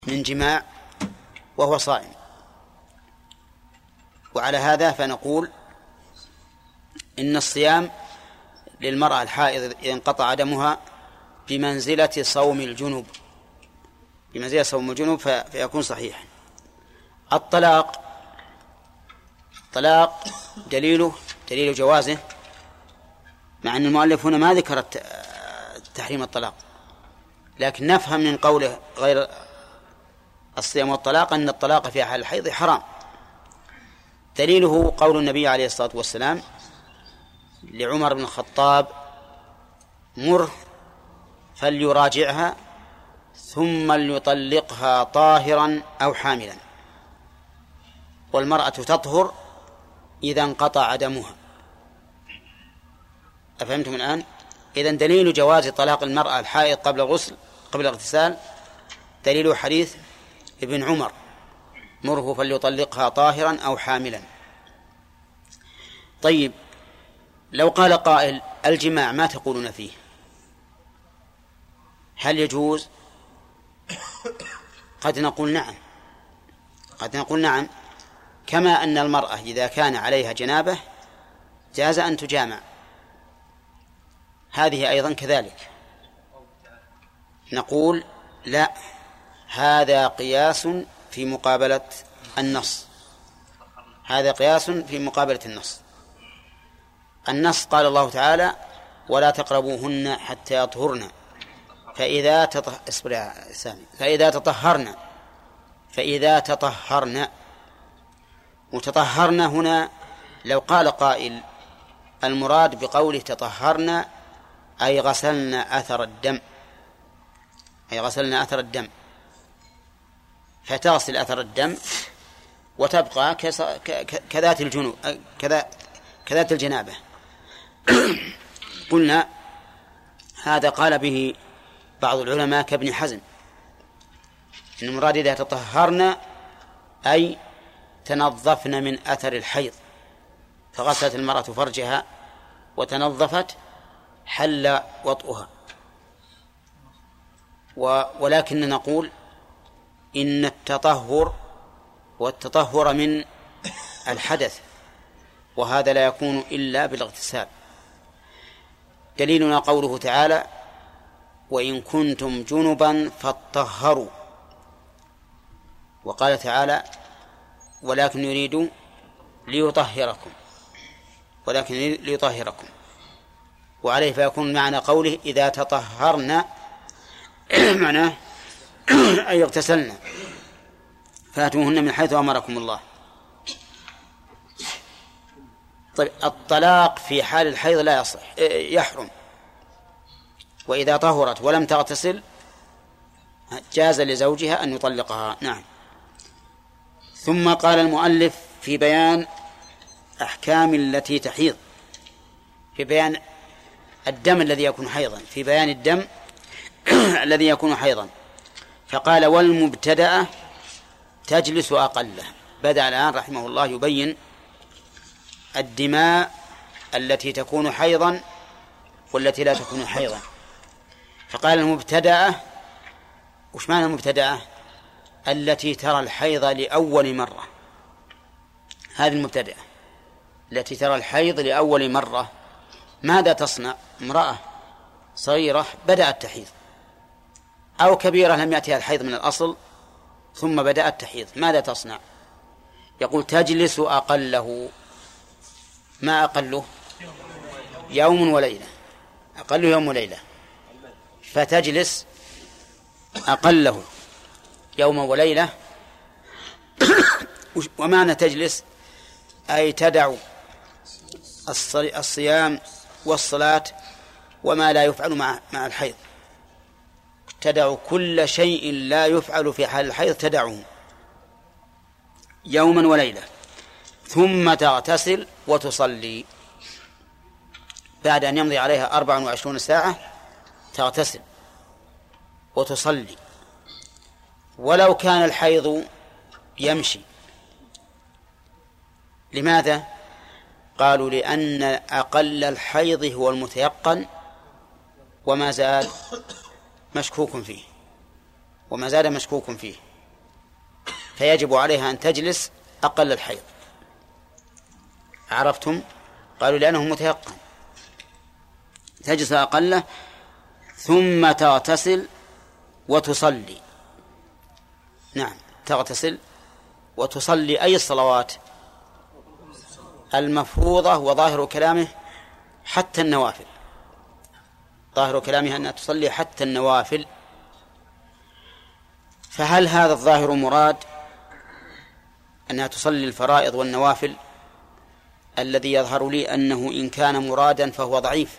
من جماع وهو صائم. وعلى هذا فنقول إن الصيام للمرأة الحائض إذا انقطع دمها بمنزلة صوم الجنوب، بمنزلة صوم الجنوب فيكون صحيحا. الطلاق دليل جوازه، مع أن المؤلف هنا ما ذكر تحريم الطلاق، لكن نفهم من قوله غير الصيام والطلاق أن الطلاق في حال الحيض حرام. دليله قول النبي عليه الصلاة والسلام لعمر بن الخطاب: مره فليراجعها ثم ليطلقها طاهرا أو حاملا. والمرأة تطهر إذا انقطع دمها. أفهمتم الآن؟ إذن دليل جواز طلاق المرأة الحائض قبل الغسل قبل الاغتسال دليل حديث ابن عمر: مره فليطلقها طاهرا أو حاملا. طيب، لو قال قائل: الجماع ما تقولون فيه؟ هل يجوز؟ قد نقول نعم، كما أن المرأة إذا كان عليها جنابة جاز أن تجامع، هذه أيضا كذلك. نقول: لا، هذا قياس في مقابلة النص، هذا قياس في مقابلة النص قال الله تعالى: ولا تقربوهن حتى يطهرن فإذا تطهرن. وتطهرن هنا لو قال قائل: المراد بقوله تطهرن أي غسلن أثر الدم، فتغسل أثر الدم وتبقى كذات الجنابة. قلنا هذا قال به بعض العلماء كابن حزم، إن المراد إذا تطهرن أي تنظفن من أثر الحيض، فغسلت المرأة فرجها وتنظفت حل وطئها. ولكن نقول إن التطهر والتطهر من الحدث، وهذا لا يكون إلا بالاغتسال. دليلنا قوله تعالى: وإن كنتم جنبا فاطهروا. وقال تعالى: ولكن يريد ليطهركم، وعليه فيكون معنى قوله إذا تطهرنا معناه أي اغتسلنا، فاتوهن من حيث أمركم الله. طيب، الطلاق في حال الحيض لا يصح، يحرم. وإذا طهرت ولم تغتسل جاز لزوجها أن يطلقها. نعم. ثم قال المؤلف في بيان أحكام التي تحيض، في بيان الدم الذي يكون حيضا، في بيان الدم الذي يكون حيضا، فقال: والمبتدأة تجلس أقله. بدأ الآن رحمه الله يبين الدماء التي تكون حيضا والتي لا تكون حيضا. فقال: المبتدأة، وش معنى المبتدأة؟ التي ترى الحيض لأول مرة. هذه المبتدأة التي ترى الحيض لأول مرة. ماذا تصنع؟ امرأة صغيرة بدأت تحيض، أو كبيرة لم يأتيها الحيض من الأصل ثم بدأت تحيض، ماذا تصنع؟ يقول: تجلس أقله. ما أقله؟ يوم وليلة، أقله يوم وليلة، فتجلس أقله يوم وليلة. ومعنى تجلس أي تدع الصيام والصلاة وما لا يفعل مع الحيض، تدع كل شيء لا يفعل في حال الحيض تدعه يوما وليلة، ثم تغتسل وتصلي. بعد أن يمضي عليها 24 ساعة تغتسل وتصلي. ولو كان الحيض يمشي، لماذا؟ قالوا: لأن أقل الحيض هو المتيقن، وما زاد مشكوك فيه. فيجب عليها أن تجلس أقل الحيض. عرفتم؟ قالوا لأنه متيقن، تجلس أقله ثم تغتسل وتصلي. نعم، تغتسل وتصلي أي الصلوات المفروضة، وظاهر كلامه حتى النوافل، ظاهر كلامه أنها تصلي حتى النوافل. فهل هذا الظاهر مراد أنها تصلي الفرائض والنوافل؟ الذي يظهر لي أنه إن كان مرادا فهو ضعيف،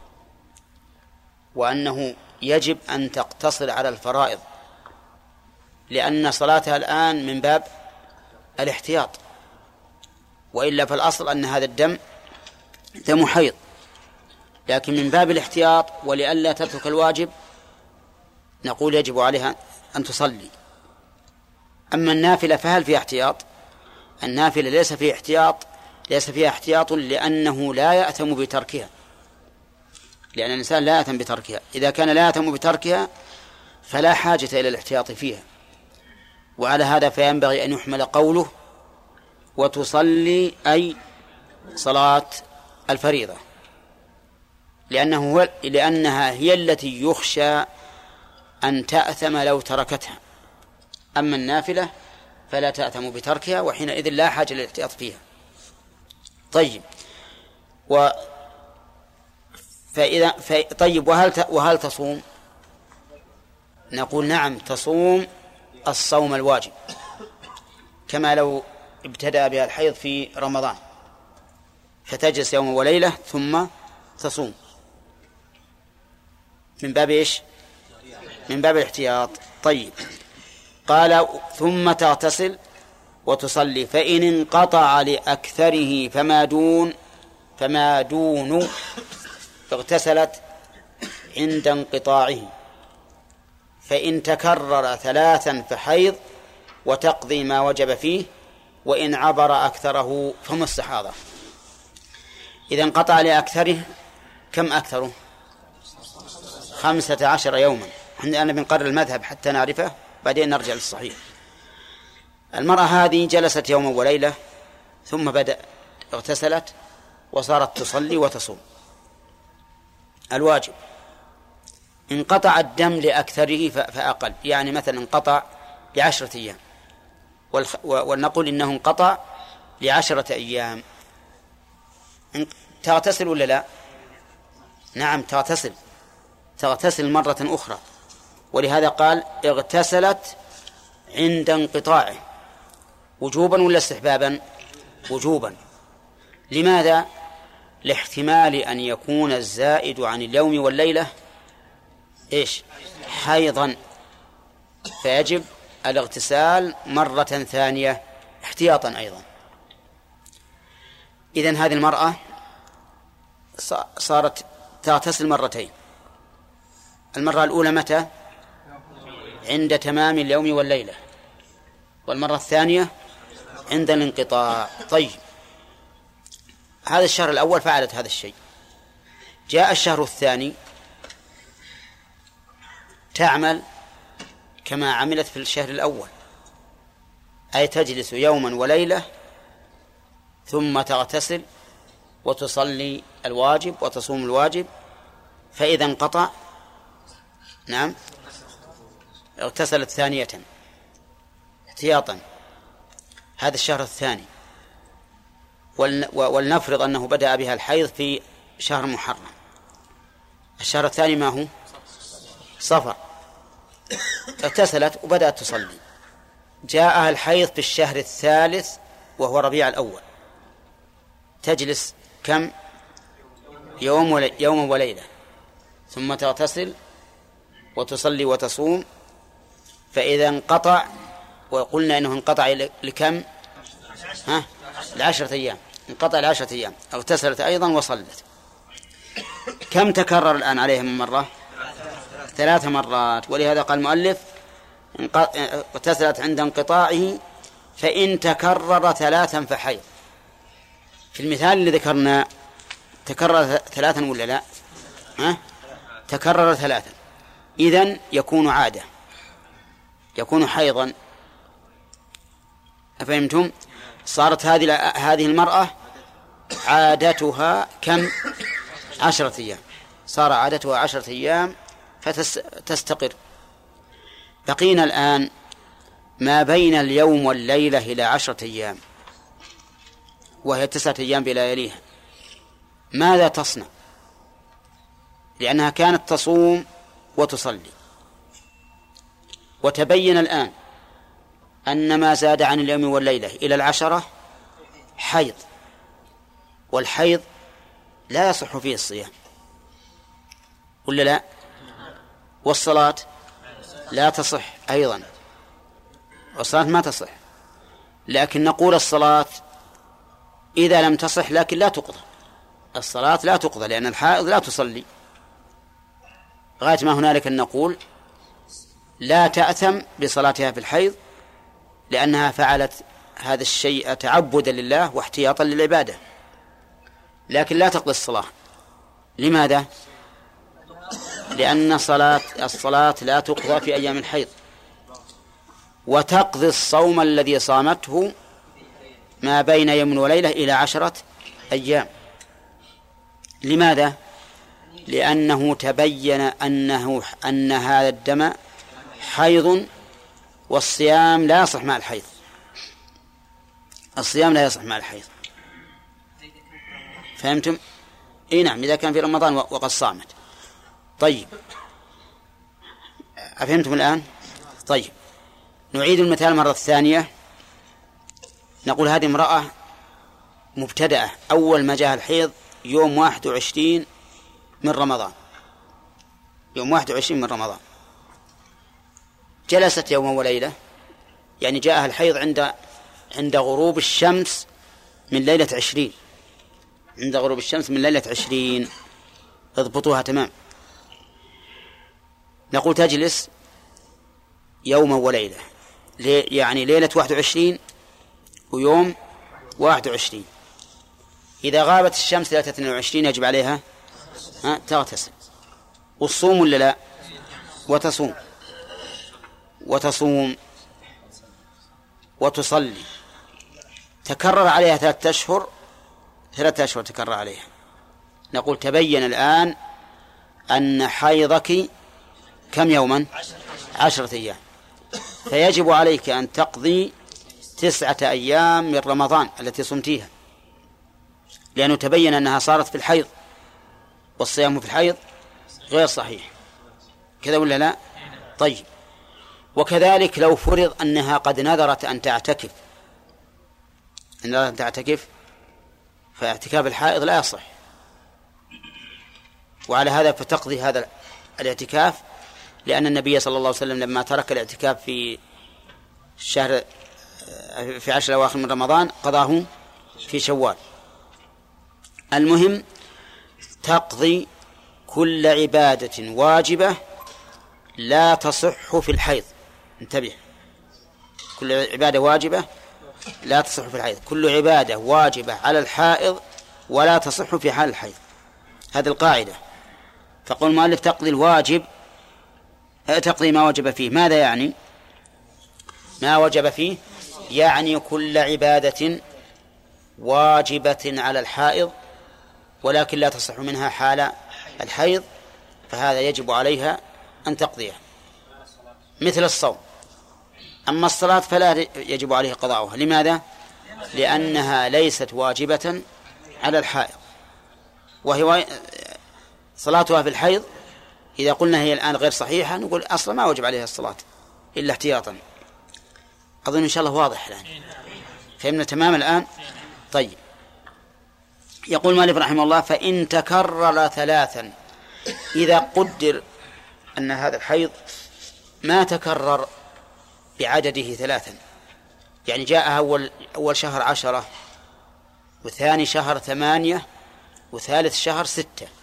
وأنه يجب أن تقتصر على الفرائض، لأن صلاتها الآن من باب الاحتياط، وإلا فالأصل أن هذا الدم دم حيض، لكن من باب الاحتياط ولئلا تترك الواجب نقول يجب عليها أن تصلي. أما النافلة فهل فيها احتياط؟ النافلة ليس فيها احتياط لأنه لا يأثم بتركها، لأن الإنسان لا يأثم بتركها. إذا كان لا يأثم بتركها فلا حاجة إلى الاحتياط فيها. وعلى هذا فينبغي أن يحمل قوله وتصلي أي صلاة الفريضة، لأنها هي التي يخشى أن تأثم لو تركتها. أما النافلة فلا تأثم بتركها، وحينئذ لا حاجة للاحتياط فيها. طيب، طيب وهل تصوم؟ نقول نعم، تصوم الصوم الواجب، كما لو ابتدأ بها الحيض في رمضان فتجلس يوم وليلة ثم تصوم، من باب إيش؟ من باب الاحتياط. طيب، قال ثم تغتسل وتصلي، فإن انقطع لأكثره فما دون اغتسلت عند انقطاعه، فإن تكرر 3 فحيض وتقضي ما وجب فيه، وإن عبر أكثره فمستحاضة. إذا انقطع لأكثره، كم أكثره؟ 15 يوما. أنا بنقرر المذهب حتى نعرفه، بعدين نرجع للصحيح. المرأة هذه جلست يوما وليلة ثم اغتسلت وصارت تصلي وتصوم الواجب. انقطع الدم لأكثره فأقل، يعني مثلا انقطع ل10 أيام، ولنقول إنه انقطع ل10 أيام، تغتسل ولا لا؟ نعم تغتسل مرة أخرى، ولهذا قال اغتسلت عند انقطاعه، وجوبا ولا استحبابا؟ وجوبا. لماذا؟ لاحتمال أن يكون الزائد عن اليوم والليلة إيش؟ حيضا، فيجب الاغتسال مرة ثانية احتياطا أيضا. إذن هذه المرأة صارت تغتسل مرتين. المرة الأولى متى؟ عند تمام اليوم والليلة، والمرة الثانية عند الانقطاع. طيب، هذا الشهر الأول فعلت هذا الشيء. جاء الشهر الثاني تعمل كما عملت في الشهر الأول، أي تجلس يوما وليلة ثم تغتسل وتصلي الواجب وتصوم الواجب، فإذا انقطع نعم اغتسلت ثانية احتياطا. هذا الشهر الثاني، ولنفرض أنه بدأ بها الحيض في شهر محرم. الشهر الثاني ما هو؟ صفر. اغتسلت وبدأت تصلي. جاءها الحيض في الشهر الثالث وهو ربيع الأول، تجلس كم؟ يوم وليلة، ثم تغتسل وتصلي وتصوم. فإذا انقطع، وقلنا إنه انقطع لكم؟ ل10 أيام، انقطع ل10 أيام، اغتسلت أيضا وصلت. كم تكرر الآن عليها من مرة؟ 3 مرات. ولهذا قال المؤلف اغتسلت عند انقطاعه، فإن تكرر 3 فحيض. في المثال اللي ذكرنا تكرر 3 ولا لا؟ تكرر 3، إذن يكون عادة، يكون حيضا. أفهمتم؟ صارت هذه المرأة عادتها كم؟ 10 أيام، صار عادتها 10 أيام فتستقر. بقينا الآن ما بين اليوم والليلة إلى 10 أيام، وهي 9 أيام بلياليها. ماذا تصنع؟ لأنها كانت تصوم وتصلي، وتبين الآن أن ما زاد عن اليوم والليلة إلى 10 حيض، والحيض لا يصح فيه الصيام، ولا لا؟ والصلاة لا تصح أيضا، والصلاة ما تصح. لكن نقول الصلاة إذا لم تصح لكن لا تقضى، الصلاة لا تقضى لأن الحائض لا تصلي. غاية ما هنالك أن نقول لا تأثم بصلاتها في الحيض، لأنها فعلت هذا الشيء تعبدا لله واحتياطا للعبادة، لكن لا تقضي الصلاة. لماذا؟ لأن الصلاة لا تقضى في أيام الحيض، وتقضي الصوم الذي صامته ما بين يوم وليلة إلى 10 أيام. لماذا؟ لأنه تبين أن هذا الدم حيض، والصيام لا يصح مع الحيض، الصيام لا يصح مع الحيض. فهمتم؟ إيه نعم، إذا كان في رمضان وقد صامت. طيب، أفهمتم الآن؟ طيب، نعيد المثال مرة ثانية. نقول هذه امرأة مبتدأة، أول ما جاء الحيض يوم 21 من رمضان، يوم 21 من رمضان، جلست يوما وليلة، يعني جاءها الحيض عند غروب الشمس من ليلة 20، عند غروب الشمس من ليلة 20. اضبطوها تمام. نقول تجلس يوما وليلة، يعني ليلة 21 ويوم 21. إذا غابت الشمس ليلة 22 يجب عليها تغتسل والصوم ولا لا؟ وتصوم وتصلي. تكرر عليها 3 أشهر، 3 أشهر تكرر عليها. نقول تبين الآن أن حيضك كم يوما؟ 10 أيام، فيجب عليك أن تقضي 9 أيام من رمضان التي صمتيها، لأنه تبين أنها صارت في الحيض، والصيام في الحيض غير صحيح، كذا ولا لا؟ طيب، وكذلك لو فرض أنها قد نذرت أن تعتكف، فاعتكاف الحائض لا يصح، وعلى هذا فتقضي هذا الاعتكاف، لأن النبي صلى الله عليه وسلم لما ترك الاعتكاف في 10 أواخر من رمضان قضاه في شوال. المهم تقضي كل عبادة واجبة لا تصح في الحيض. انتبه، كل عبادة واجبة لا تصح في الحيض، كل عبادة واجبة على الحائض ولا تصح في حال الحيض، هذه القاعدة. فقل المؤلف تقضي الواجب، تقضي ما وجب فيه. ماذا يعني ما وجب فيه؟ يعني كل عبادة واجبة على الحائض ولكن لا تصح منها حال الحيض، فهذا يجب عليها أن تقضيه، مثل الصوم. أما الصلاة فلا يجب عليه قضاؤها. لماذا؟ لأنها ليست واجبة على الحائض، وهي صلاتها في الحيض إذا قلنا هي الآن غير صحيحة نقول أصلا ما وجب عليها الصلاة إلا احتياطا. أظن إن شاء الله واضح الآن، فهمنا تمام الآن. طيب، يقول مالك رحمه الله: فإن تكرر 3، إذا قدر أن هذا الحيض ما تكرر بعدده 3، يعني جاء أول شهر 10 وثاني شهر 8 وثالث شهر 6،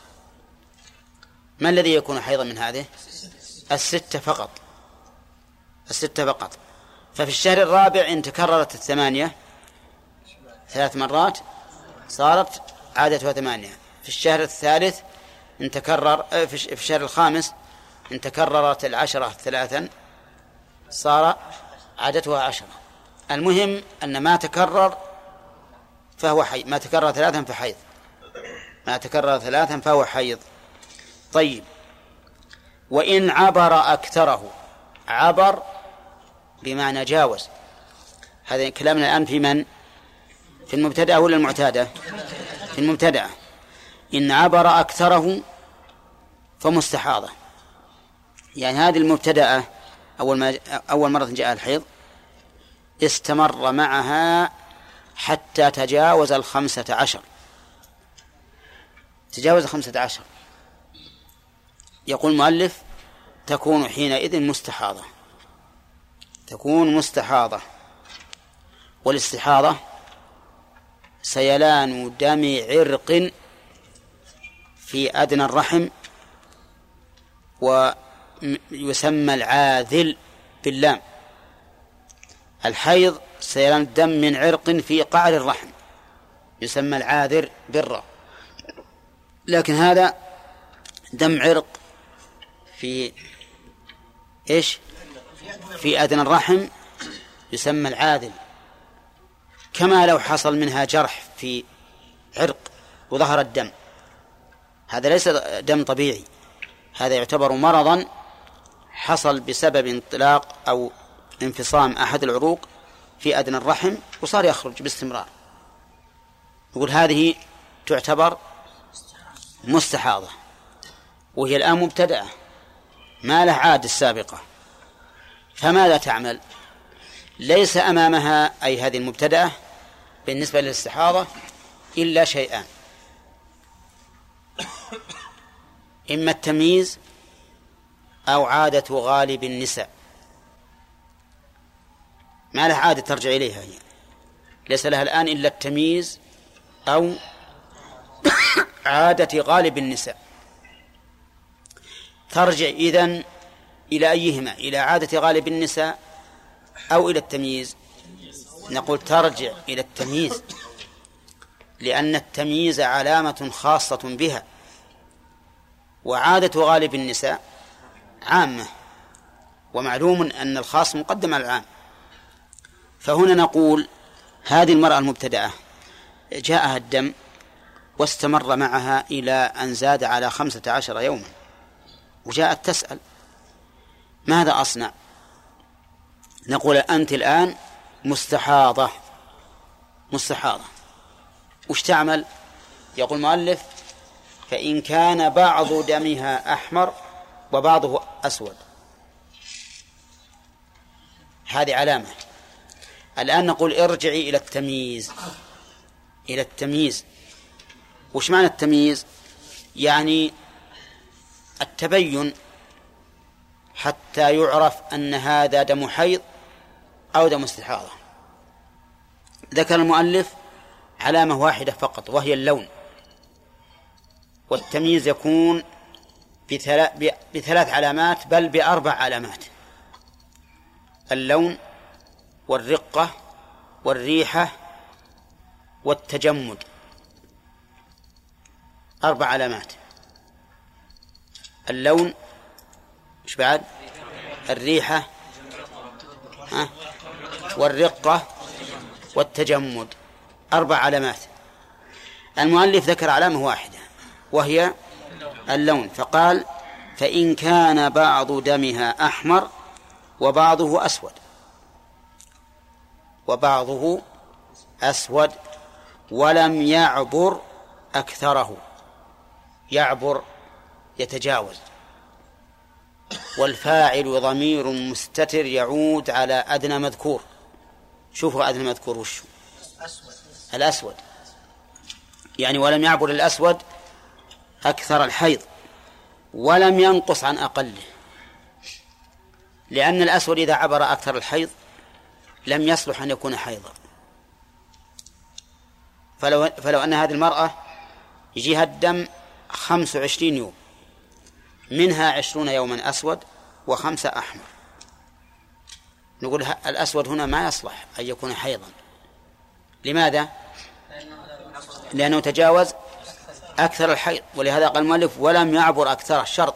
ما الذي يكون حيضا من هذه؟ 6 فقط، 6 فقط. ففي الشهر الرابع إن تكررت 8 3 مرات صارت عادتها 8. في الشهر الثالث إن تكرر، في الشهر الخامس إن تكررت 10 3 صار عادتها 10. المهم أن ما تكرر فهو حيض، ما تكرر ثلاثا فحيض، ما تكرر ثلاثا فهو حيض. طيب، وإن عبر أكثره، عبر بمعنى جاوز. هذا كلامنا الآن في من؟ في المبتدأ ولا المعتادة؟ في المبتدأ. إن عبر أكثره فمستحاضة، يعني هذه المبتدأة أول مرة جاء الحيض استمر معها حتى تجاوز 15، تجاوز 15. يقول المؤلف تكون حينئذ مستحاضة، تكون مستحاضة. والاستحاضة سيلان دم عرق في أدنى الرحم، ويسمى العاذل باللام. الحيض سيلان دم من عرق في قعر الرحم يسمى العاذر بالراء، لكن هذا دم عرق في إيش؟ في أدنى الرحم يسمى العاذل. كما لو حصل منها جرح في عرق وظهر الدم، هذا ليس دم طبيعي، هذا يعتبر مرضا حصل بسبب انطلاق أو انفصام أحد العروق في أدنى الرحم وصار يخرج باستمرار. يقول هذه تعتبر مستحاضة، وهي الآن مبتدأة ما له عادة السابقة، فماذا تعمل؟ ليس أمامها أي هذه المبتدأة بالنسبة للاستحاضة إلا شيئان: إما التمييز أو عادة غالب النساء. ما لها عادة ترجع إليها، هي ليس لها الآن إلا التمييز أو عادة غالب النساء. ترجع إذن إلى أيهما؟ إلى عادة غالب النساء أو إلى التمييز؟ نقول ترجع إلى التمييز، لأن التمييز علامة خاصة بها، وعادة غالب النساء عامة، ومعلوم أن الخاص مقدم على العام. فهنا نقول هذه المرأة المبتدأة جاءها الدم واستمر معها إلى أن زاد على 15 يوما، وجاءت تسأل ماذا أصنع؟ نقول أنت الآن مستحاضة. مستحاضة وش تعمل؟ يقول المؤلف فإن كان بعض دمها أحمر وبعضه أسود، هذه علامة. الآن نقول ارجعي إلى التمييز. إلى التمييز، وش معنى التمييز؟ يعني التبين حتى يعرف أن هذا دم حيض أو دم استحاضة. ذكر المؤلف علامة واحدة فقط وهي اللون، والتمييز يكون بثلاث علامات بل ب4 علامات: اللون والرقة والريحة والتجمد، 4 علامات. اللون، إيش بعد؟ الريحة والرقة والتجمد، 4 علامات. المؤلف ذكر علامة واحدة وهي اللون، فقال فإن كان بعض دمها أحمر وبعضه أسود، وبعضه أسود ولم يعبر أكثره. يعبر يتجاوز، والفاعل ضمير مستتر يعود على أدنى مذكور. شوفوا أدنى مذكور وشو؟ الأسود، يعني ولم يعبر الأسود أكثر الحيض ولم ينقص عن أقله، لأن الأسود إذا عبر أكثر الحيض لم يصلح أن يكون حيضا. فلو أن هذه المرأة يجيها الدم 25 يوم، منها 20 يوما أسود و5 أحمر، نقول الأسود هنا ما يصلح أن يكون حيضا. لماذا؟ لأنه تجاوز أكثر الحيض، ولهذا قال المؤلف ولم يعبر أكثر الشرط،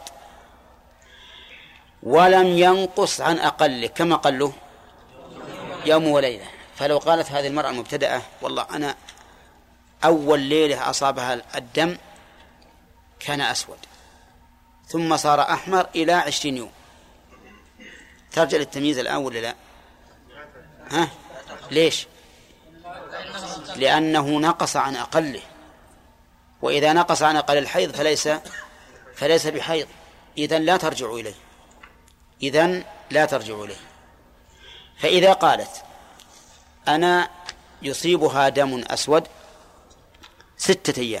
ولم ينقص عن أقله. كما قال له يوم وليلة، فلو قالت هذه المرأة المبتدأة والله أنا أول ليلة أصابها الدم كان أسود ثم صار أحمر إلى 20 يوم، ترجع للتمييز الآن ولا لا؟ ها؟ ليش؟ لأنه نقص عن أقله، وإذا نقص عن أقل الحيض فليس بحيض، إذن لا ترجع إليه. فإذا قالت أنا يصيبها دم أسود 6 أيام،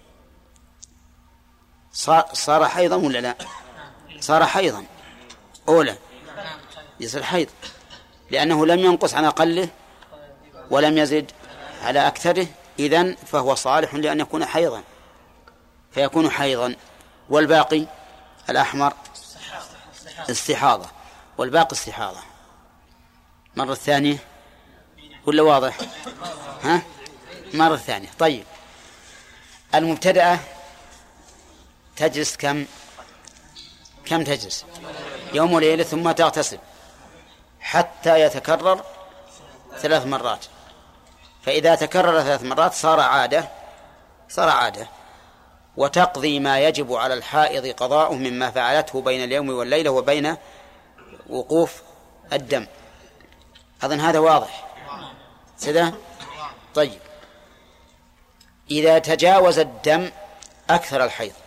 صار حيضا ولا لا؟ صار حيضا أولا، يصير حيض لأنه لم ينقص عن أقله ولم يزد على أكثره، إذن فهو صالح لأن يكون حيضا فيكون حيضا. والباقي الأحمر استحاضة، والباقي استحاضة. مرة ثانية ولا واضح؟ ها؟ مرة ثانية. طيب المبتدأة تجلس كم تجلس؟ يوم وليلة ثم تغتسل حتى يتكرر 3 مرات، فإذا تكرر 3 مرات صار عادة، وتقضي ما يجب على الحائض قضاؤه مما فعلته بين اليوم والليلة وبين وقوف الدم. أظن هذا واضح سيدا؟ طيب إذا تجاوز الدم أكثر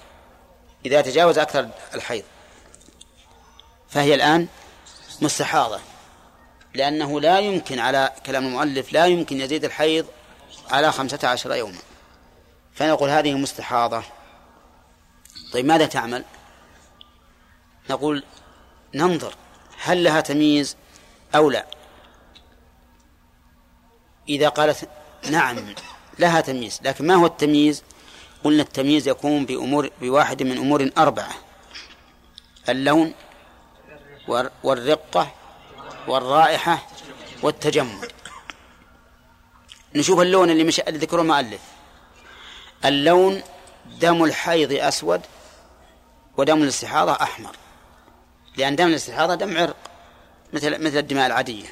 الحيض فهي الآن مستحاضة، لأنه لا يمكن على كلام المؤلف لا يمكن يزيد الحيض على 15 يوما، فنقول هذه مستحاضة. طيب ماذا تعمل؟ نقول ننظر هل لها تمييز أو لا. إذا قالت نعم لها تمييز، لكن ما هو التمييز؟ قلنا التمييز يكون بواحد من أمور 4: اللون والرقة والرائحة والتجمد. نشوف اللون اللي ذكره المؤلف. اللون دم الحيض أسود ودم الاستحاضة أحمر، لأن دم الاستحاضة دم عرق مثل الدماء العادية.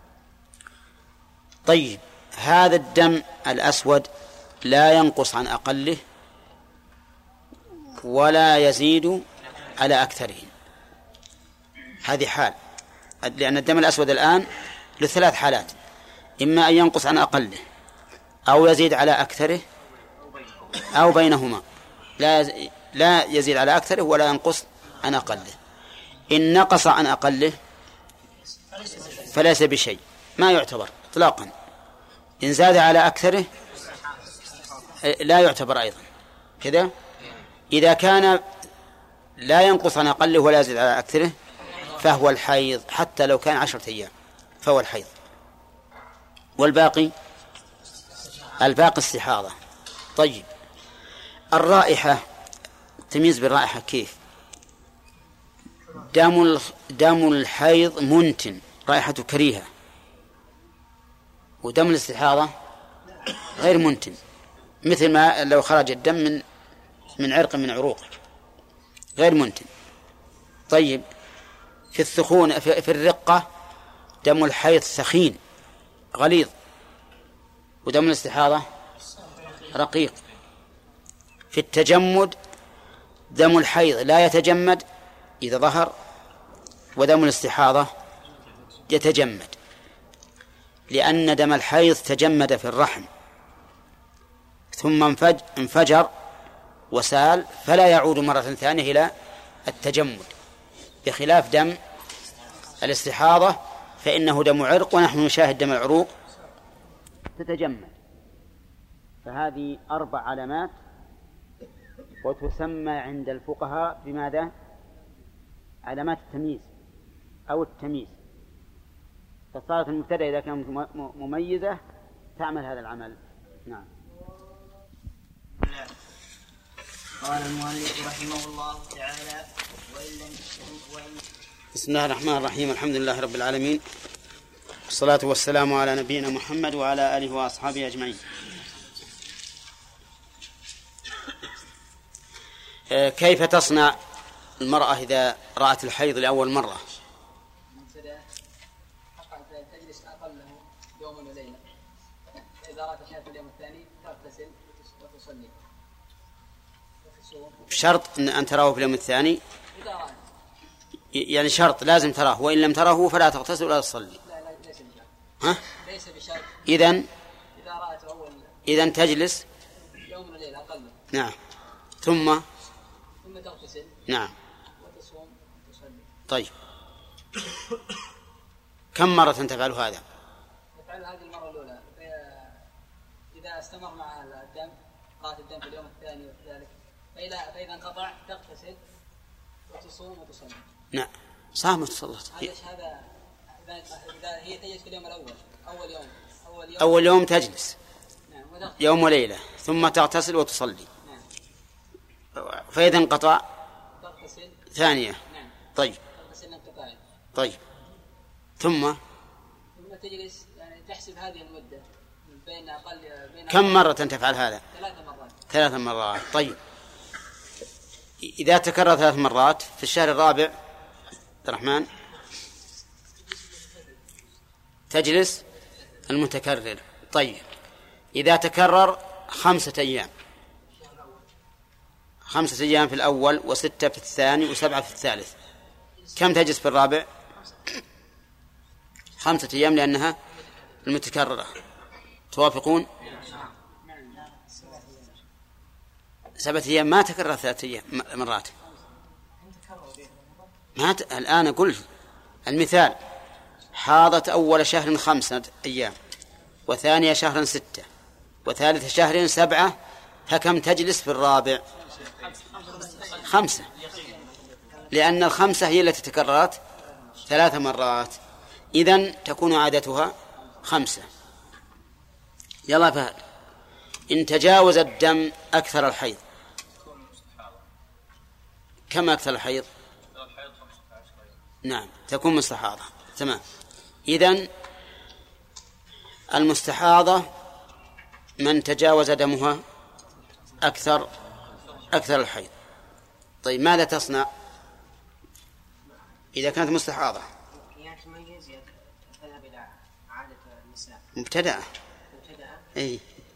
طيب هذا الدم الأسود لا ينقص عن أقله ولا يزيد على أكثره، هذه حال، لأن الدم الأسود الآن له3 حالات: إما أن ينقص عن أقله أو يزيد على أكثره أو بينهما، لا يزيد على أكثره ولا ينقص عن أقله. إن نقص عن أقله فليس بشيء، ما يعتبر إطلاقا. إن زاد على أكثره لا يعتبر أيضا كذا. إذا كان لا ينقص عن أقله ولا يزيد على أكثره فهو الحيض، حتى لو كان 10 أيام فهو الحيض. والباقي استحاضة. طيب الرائحة، تمييز بالرائحة كيف؟ دم الحيض منتن، رائحته كريهة، ودم الاستحاضة غير منتن، مثل ما لو خرج الدم من عرق من عروقه، غير منتن. طيب في الثخون، في الرقة دم الحيض ثخين غليظ، ودم الاستحاضة رقيق. في التجمد دم الحيض لا يتجمد إذا ظهر، ودم الاستحاضة يتجمد، لأن دم الحيض تجمد في الرحم ثم انفجر وسال، فلا يعود مرة ثانية إلى التجمد، بخلاف دم الاستحاضة فإنه دم عرق، ونحن نشاهد دم العروق تتجمد. فهذه 4 علامات، وتسمى عند الفقهاء بماذا؟ علامات التمييز أو التمييز. فصارت المبتدأ إذا كانت مميزة تعمل هذا العمل. نعم. قال المؤلف رحمه الله تعالى: بسم الله الرحمن الرحيم. الحمد لله رب العالمين، والصلاة والسلام على نبينا محمد وعلى آله وأصحابه أجمعين. كيف تصنع المرأة إذا رأت الحيض لأول مرة؟ تجلس أقله يوم وليلة، إذا أراد الحيض في اليوم الثاني تغتسل وتصلي. بشرط أن تراه في اليوم الثاني، إذا أراد يعني شرط لازم تراه، وإن لم تره فلا تغتسل ولا تصلي. لا ليس بشرط. ها؟ ليس بشرط. إذن إذا رأت أول إذن تجلس يوم وليلة أقل. نعم ثم تغتسل نعم وتصوم وتصلي. طيب كم مرة تفعل هذا؟ تفعل هذه المرة الأولى، إذا استمر مع الدم رأت الدم في اليوم الثاني وكذلك، فإذا انقطع تغتسل وتصوم وتصلي. نعم صامت صلت. هذا إذا هي تجلس في اليوم الأول أول يوم تجلس نعم يوم وليلة ثم تغتسل وتصلي. نعم. فإذا انقطع تغتسل ثانية. نعم. طيب تغتسل انقطاع. طيب ثم تجلس يعني تحسب هذه المدة بين كم مرة تفعل هذا؟ 3 مرات. 3 مرات. طيب إذا تكرر 3 مرات في الشهر الرابع عبد الرحمن تجلس المتكرر. طيب إذا تكرر 5 أيام، 5 أيام في الأول و6 في الثاني و7 في الثالث، كم تجلس في الرابع؟ 5 أيام لأنها المتكررة. توافقون؟ 7 أيام ما تكرر 3 أيام مرات. الآن أقول المثال حاضت أول شهر 5 أيام، وثاني شهر 6، وثالث شهر 7، فكم تجلس في الرابع؟ 5، لأن 5 هي التي تكررت 3 مرات، إذن تكون عادتها 5. يلا فهد، إن تجاوز الدم أكثر الحيض، كم أكثر الحيض؟ نعم تكون مستحاضة. تمام. إذن المستحاضة من تجاوز دمها أكثر الحيض. طيب ماذا تصنع إذا كانت مستحاضة؟ تذهب إلى عادة النساء مبتدأة. أي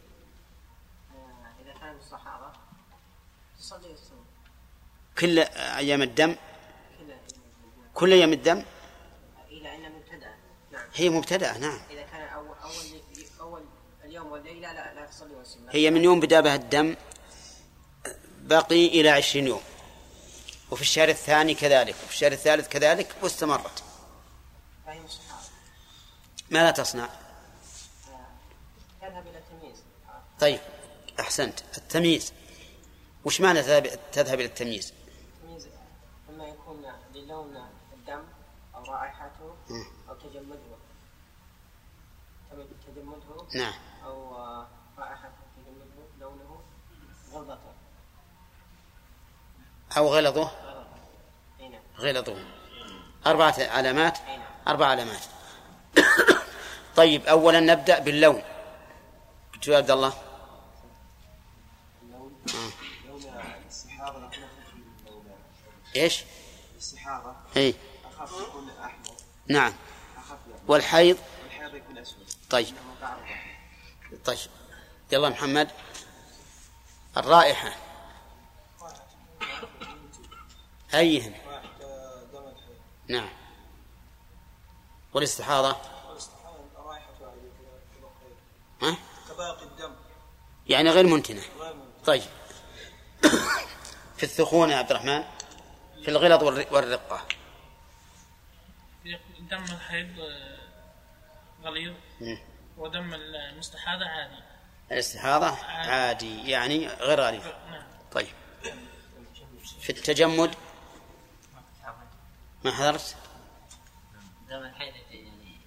إذا كانت مستحاضة تصلي الصوم كل أيام الدم، كل أيام الدم إلى أن مبتدأ. نعم هي مبتدأة. نعم إذا كان أول اليوم والليلة لا تصلي والصوم. هي من يوم بدأ بها الدم بقي إلى 20 يوم، وفي الشهر الثاني كذلك، وفي الشهر الثالث كذلك، واستمرت. فهي مستحاضة. ماذا تصنع؟ تذهب إلى التمييز. طيب أحسنت. التمييز وش معنى تذهب إلى التمييز؟ التمييز إما يكون للون الدم أو رائحته أو تجمده. نعم. أو رائحته تجمده، لونه، غلظته أو غلظه. غلظه. 4 علامات. 4 علامات. طيب أولا نبدأ باللون. قلت يا عبد الله. لون السحابة يكون خفيف. إيش؟ السحابة إيه أخف يكون أحمر. نعم. أخف يعني. والحيض يكون أسود. طيب يلا محمد. الرائحة أيهن؟ نعم. والاستحاضة كباقي الدم يعني غير منتنة. طيب في الثخون يا عبد الرحمن، في الغلظ والرقة. دم الحيض غليظ ودم المستحاضة عادي. الاستحاضة عادي يعني غير غليظ. طيب في التجمد ما حضرت؟ دم الحيض يعني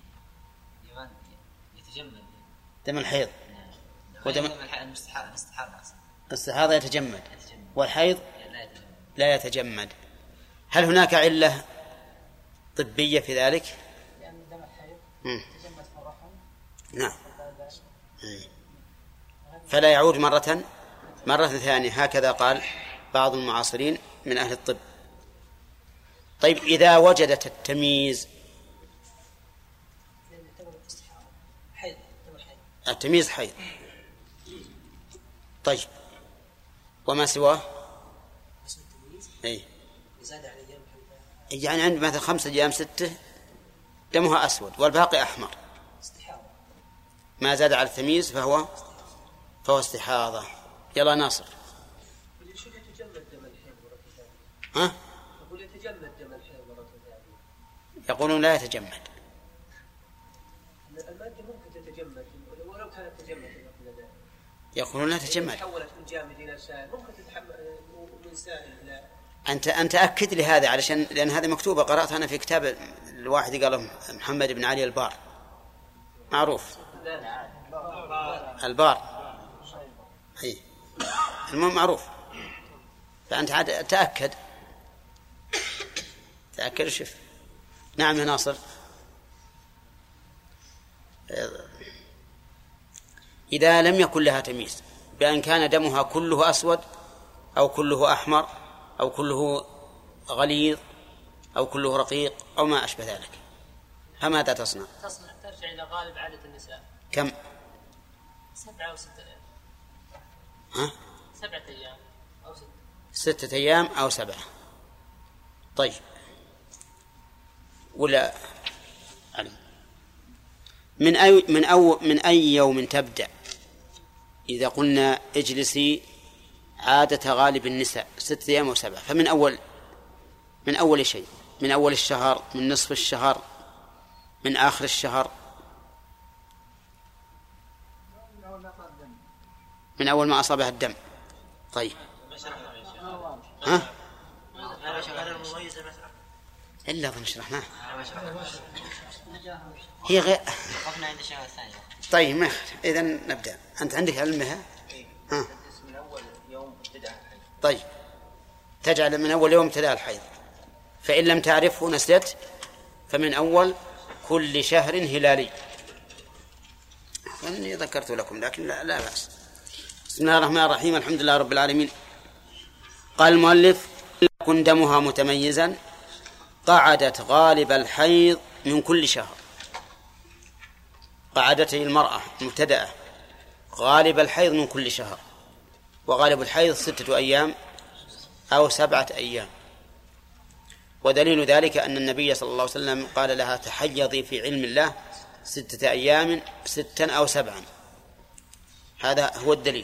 يتجمد. دم الحيض ودم الاستحاضة الاستحاضة يتجمد، والحيض لا يتجمد. هل هناك علة طبية في ذلك؟ لأن دم الحيض يتجمد في الرحم. نعم. فلا يعود مرة ثانية، هكذا قال بعض المعاصرين من أهل الطب. طيب إذا وجدت التمييز التمييز حيض. طيب وما سواه يعني عند مثلا 5 أيام 6 دمها أسود والباقي أحمر، ما زاد على التمييز فهو استحاضة. يلا ناصر. ها؟ يقولون لا يتجمد. المادة ممكن تتجمد ولو كانت تجمد. يقولون لا تتجمد. تحولت من جامد إلى سائل ممكن تتحمل من سائل إلى. أنت أكد لي هذا علشان لأن هذا مكتوبة، قرأت أنا في كتاب الواحد قاله محمد بن علي البار، معروف البار، أي المهم معروف. فأنت تأكد وشوف. نعم يا ناصر. إذا لم يكن لها تمييز بأن كان دمها كله أسود أو كله أحمر أو كله غليظ أو كله رقيق أو ما أشبه ذلك، فماذا تصنع؟ ترجع إلى غالب عادة النساء. كم؟ 7 أو 6 أيام. ها؟ 7 أيام أو 6. 6 أيام أو 7. طيب ولا علي من أي يوم تبدأ؟ إذا قلنا اجلسي عادة غالب النساء 6 أيام أو 7، فمن أول شيء، من أول الشهر، من نصف الشهر، من آخر الشهر، من أول ما أصابها الدم. طيب ها؟ إلا ظن شرحناه هي غير. طيب ما إذا نبدأ. أنت عندك علمها؟ ها. من أول يوم ابتدأ الحيض. طيب تجعل من أول يوم ابتداء الحيض، فإن لم تعرفه نسيت فمن أول كل شهر هلالي. أني ذكرت لكم لكن لا بأس. بسم الله الرحمن الرحيم. الحمد لله رب العالمين. قال المؤلف: يكن دمها متميزا قعدت غالب الحيض من كل شهر. قعدته المرأة مبتدأة غالب الحيض من كل شهر، وغالب الحيض 6 أيام أو 7 أيام. ودليل ذلك أن النبي صلى الله عليه وسلم قال لها: تحيضي في علم الله 6 أيام 6 أو 7. هذا هو الدليل.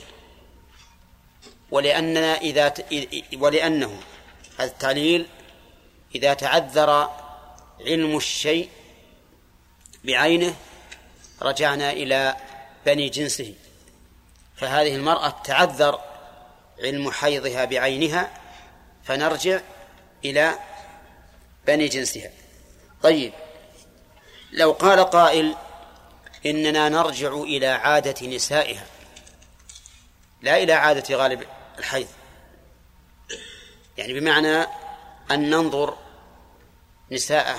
ولأنه هذا التعليل إذا تعذر علم الشيء بعينه رجعنا إلى بني جنسه، فهذه المرأة تعذر علم حيضها بعينها فنرجع إلى بني جنسها. طيب لو قال قائل: إننا نرجع إلى عادة نسائها لا إلى عادة غالب الحيض، يعني بمعنى أن ننظر نساء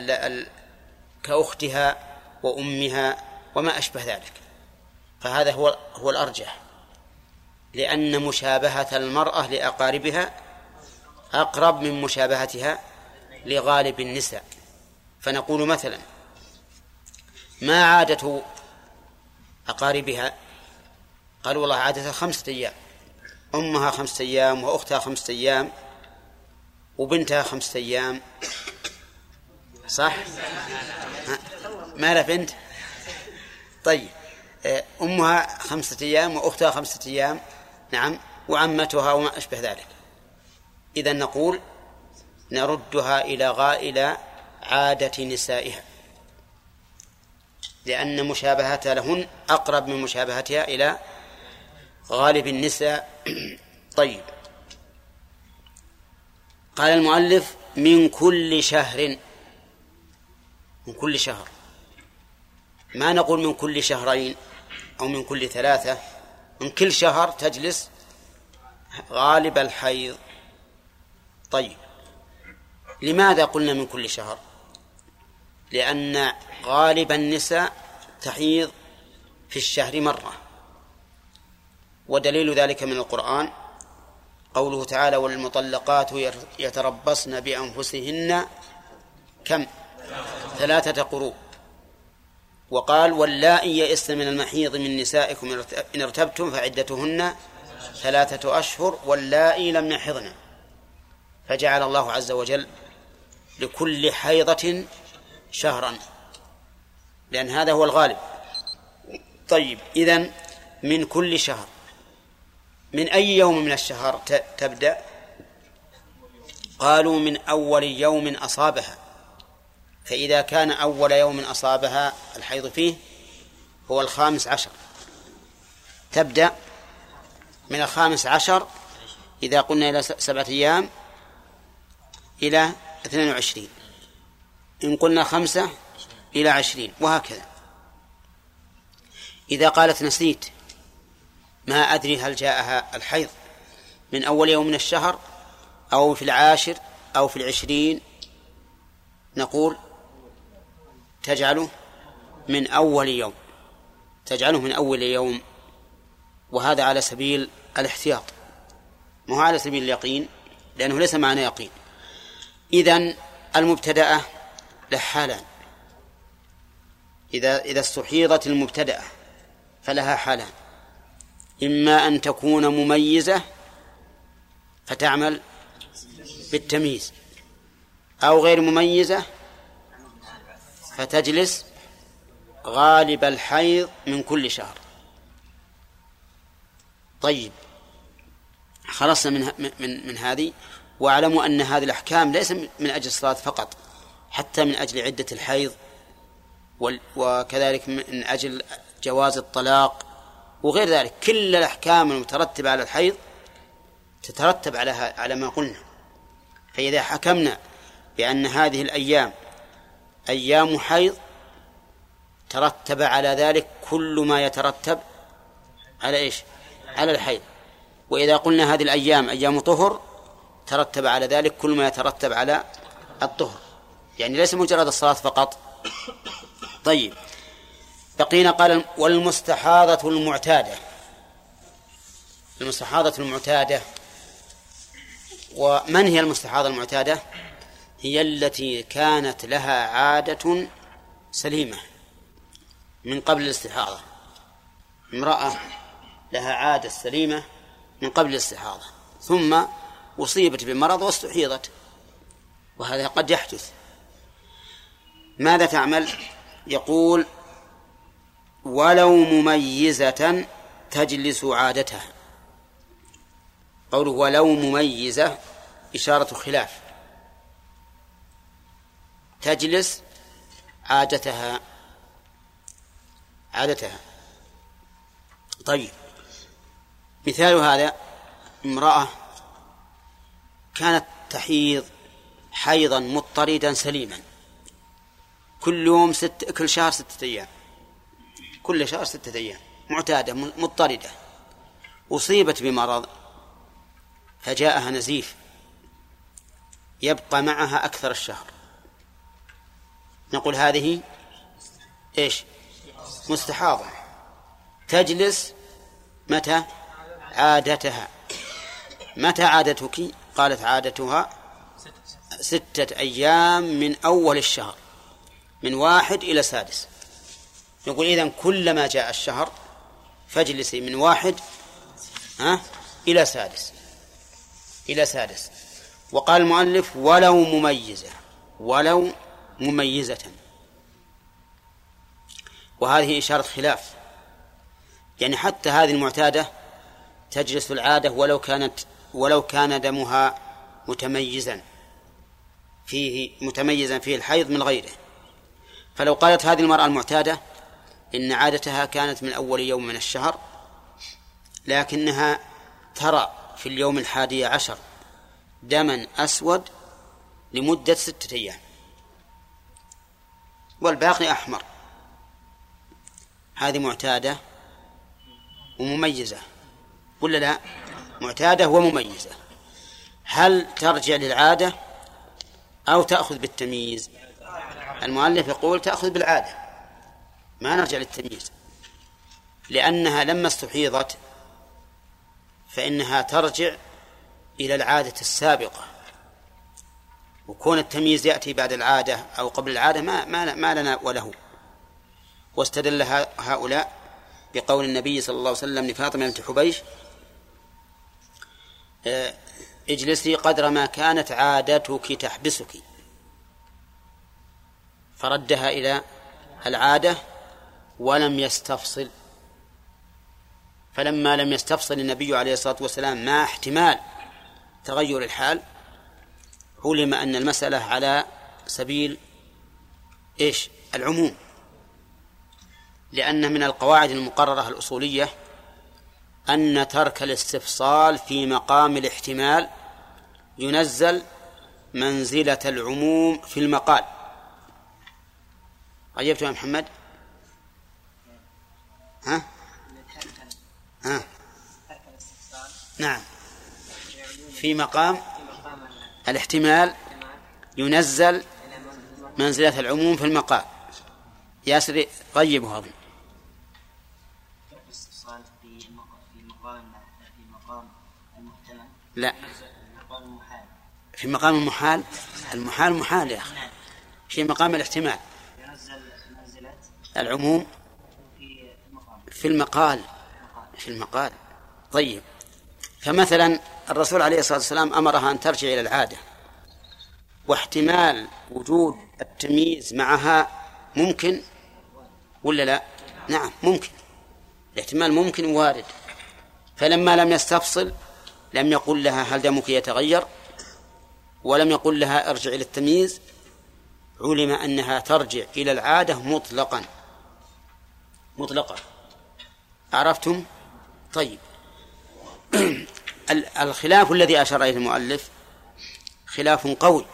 كأختها وأمها وما أشبه ذلك، فهذا هو الأرجح، لأن مشابهة المرأة لأقاربها أقرب من مشابهتها لغالب النساء. فنقول مثلا: ما عادة أقاربها؟ قالوا: والله عادة 5 أيام، أمها 5 أيام وأختها 5 أيام وبنتها 5 أيام، صح؟ ما لا بنت؟ طيب أمها 5 أيام وأختها 5 أيام، نعم، وعمتها وما أشبه ذلك. إذن نقول نردها إلى عادة نسائها، لأن مشابهتها لهن أقرب من مشابهتها إلى غالب النساء. طيب قال المؤلف: من كل شهر. من كل شهر، ما نقول من كل شهرين أو من كل 3، من كل شهر تجلس غالب الحيض. طيب لماذا قلنا من كل شهر؟ لأن غالب النساء تحيض في الشهر مرة، ودليل ذلك من القرآن قوله تعالى: والمطلقات يتربصن بأنفسهن كم؟ 3 قروء. وقال واللائي يئسن من المحيض من نسائكم إن ارتبتم فعدتهن 3 أشهر واللائي لم يحضن، فجعل الله عز وجل لكل حيضة شهرا، لأن هذا هو الغالب. طيب، إذن من كل شهر، من أي يوم من الشهر تبدأ؟ قالوا من أول يوم أصابها، فإذا كان أول يوم أصابها الحيض فيه هو 15، تبدأ من 15 إذا قلنا إلى 7 أيام إلى 22، إن قلنا 5 إلى 20، وهكذا. إذا قالت نسيت ما أدري هل جاءها الحيض من أول يوم من الشهر أو في 10 أو في 20، نقول تجعله من أول يوم، تجعله من أول يوم، وهذا على سبيل الاحتياط، مو على سبيل اليقين، لأنه ليس معنى يقين. إذن المبتدأة له حالان، إذا استحيضت المبتدأة فلها حالان: إما أن تكون مميزة فتعمل بالتمييز، أو غير مميزة فتجلس غالب الحيض من كل شهر. طيب، خلصنا من هذه، واعلموا أن هذه الأحكام ليس من أجل الصلاة فقط، حتى من أجل عدة الحيض، وكذلك من أجل جواز الطلاق وغير ذلك. كل الأحكام المترتبة على الحيض تترتب على ما قلنا. فإذا حكمنا بأن هذه الأيام أيام حيض ترتب على ذلك كل ما يترتب على إيش؟ على الحيض. وإذا قلنا هذه الأيام أيام طهر ترتب على ذلك كل ما يترتب على الطهر، يعني ليس مجرد الصلاة فقط. طيب، بقينا قال والمستحاضة المعتادة. المستحاضة المعتادة، ومن هي المستحاضة المعتادة؟ هي التي كانت لها عادة سليمة من قبل الاستحاضة. امرأة لها عادة سليمة من قبل الاستحاضة ثم أصيبت بمرض واستحيضت، وهذا قد يحدث. ماذا تعمل؟ يقول ولو مميزة تجلس عادتها. قوله ولو مميزة إشارة خلاف، تجلس عادتها. طيب، مثال هذا امرأة كانت تحيض حيضا مضطردا سليما، كل يوم كل شهر 6 أيام، كل شهر 6 أيام، معتادة مضطردة، أصيبت بمرض فجاءها نزيف يبقى معها أكثر الشهر، نقول هذه إيش؟ مستحاضة. تجلس متى؟ عادتها. متى عادتك؟ قالت عادتها 6 أيام من أول الشهر، من 1 إلى 6. يقول إذن كلما جاء الشهر فاجلسي من 1 إلى 6. وقال المؤلف ولو مميزة، ولو مميزة، وهذه إشارة خلاف، يعني حتى هذه المعتادة تجلس العادة ولو كان دمها متميزا فيه الحيض من غيره. فلو قالت هذه المرأة المعتادة إن عادتها كانت من أول يوم من الشهر، لكنها ترى في اليوم 11 دما أسود لمدة 6 أيام والباقي أحمر، هذه معتادة ومميزة ولا لا؟ معتادة ومميزة. هل ترجع للعادة أو تأخذ بالتمييز؟ المؤلف يقول تأخذ بالعادة، ما نرجع للتمييز، لأنها لما استحيضت فإنها ترجع إلى العادة السابقة، وكون التمييز يأتي بعد العادة أو قبل العادة ما لنا وله. واستدل هؤلاء بقول النبي صلى الله عليه وسلم لفاطمة بنت حبيش: اجلسي قدر ما كانت عادتك تحبسك، فردها إلى العادة ولم يستفصل. فلما لم يستفصل النبي عليه الصلاة والسلام مع احتمال تغير الحال، علم أن المسألة على سبيل العموم، لأن من القواعد المقررة الأصولية أن ترك الاستفصال في مقام الاحتمال ينزل منزلة العموم في المقال. عجبت يا محمد؟ ها؟ نعم، في مقام الاحتمال ينزل منزلة العموم في المقال. ياسر غيبه أظن. لا، في مقام المحال. المحال محال يا أخي. في مقام الاحتمال العموم في المقال. في المقال. طيب، فمثلا الرسول عليه الصلاة والسلام أمرها أن ترجع إلى العادة، واحتمال وجود التمييز معها ممكن ولا لا؟ نعم ممكن، الاحتمال ممكن وارد. فلما لم يستفصل لم يقل لها هل دمك يتغير، ولم يقل لها ارجع إلى التمييز، علم أنها ترجع إلى العادة مطلقا. عرفتم؟ طيب، الخلاف الذي أشار إليه المؤلف خلاف قوي،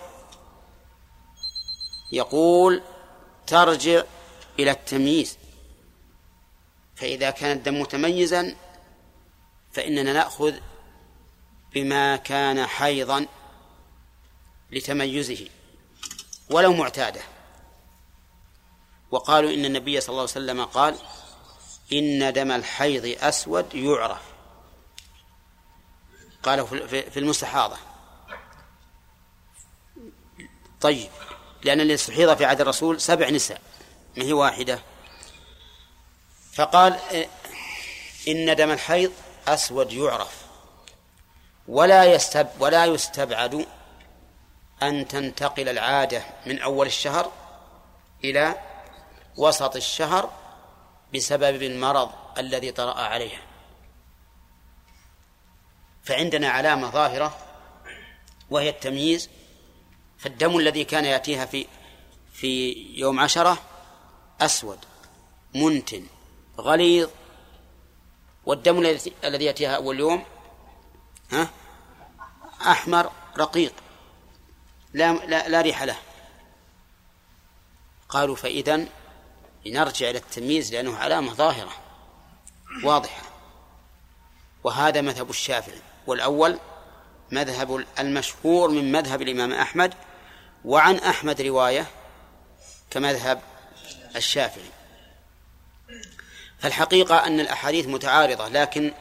يقول ترجع إلى التمييز، فإذا كان الدم متميزا فإننا نأخذ بما كان حيضا لتميزه ولو معتادة. وقالوا إن النبي صلى الله عليه وسلم قال: إن دم الحيض أسود يعرف. قالوا في المستحاضة. طيب، لأن اللي استحيض في عهد الرسول 7 نساء ما هي واحدة، فقال إن دم الحيض أسود يعرف، ولا يستبعد أن تنتقل العادة من أول الشهر إلى وسط الشهر بسبب المرض الذي طرأ عليها. فعندنا علامة ظاهرة وهي التمييز، فالدم الذي كان يأتيها في يوم 10 أسود منتن غليظ، والدم الذي يأتيها أول يوم أحمر رقيق لا ريح له. قالوا فإذن لنرجع إلى التمييز لأنه علامة ظاهرة واضحة. وهذا مذهب الشافعي، والأول مذهب المشهور من مذهب الإمام أحمد، وعن أحمد رواية كمذهب الشافعي. فالحقيقة أن الأحاديث متعارضة، لكن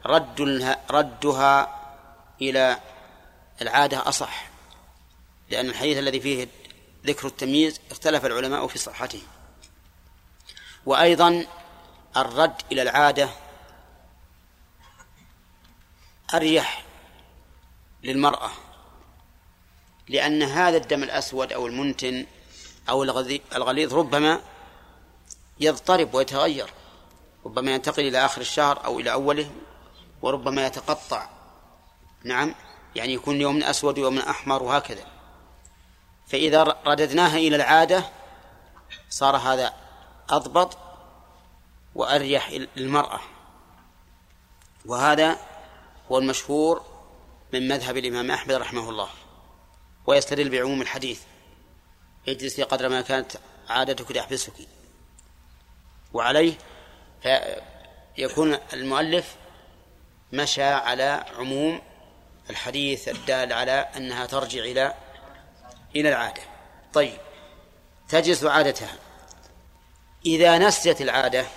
ردها إلى العادة أصح، لأن الحديث الذي فيه ذكر التمييز اختلف العلماء في صحته. وأيضا الرد إلى العادة أريح للمرأة، لأن هذا الدم الأسود أو المنتن أو الغليظ ربما يضطرب ويتغير، ربما ينتقل إلى آخر الشهر أو إلى أوله، وربما يتقطع. نعم، يعني يكون يوم أسود ويوم أحمر وهكذا. فإذا رددناها إلى العادة صار هذا أضبط وأريح للمرأة. وهذا هو المشهور من مذهب الإمام أحمد رحمه الله، ويستدل بعموم الحديث: اجلسي قدر ما كانت عادتك تحبسك. وعليه يكون المؤلف مشى على عموم الحديث الدال على أنها ترجع إلى العادة. طيب، تجلس عادتها. إذا نسيت العادة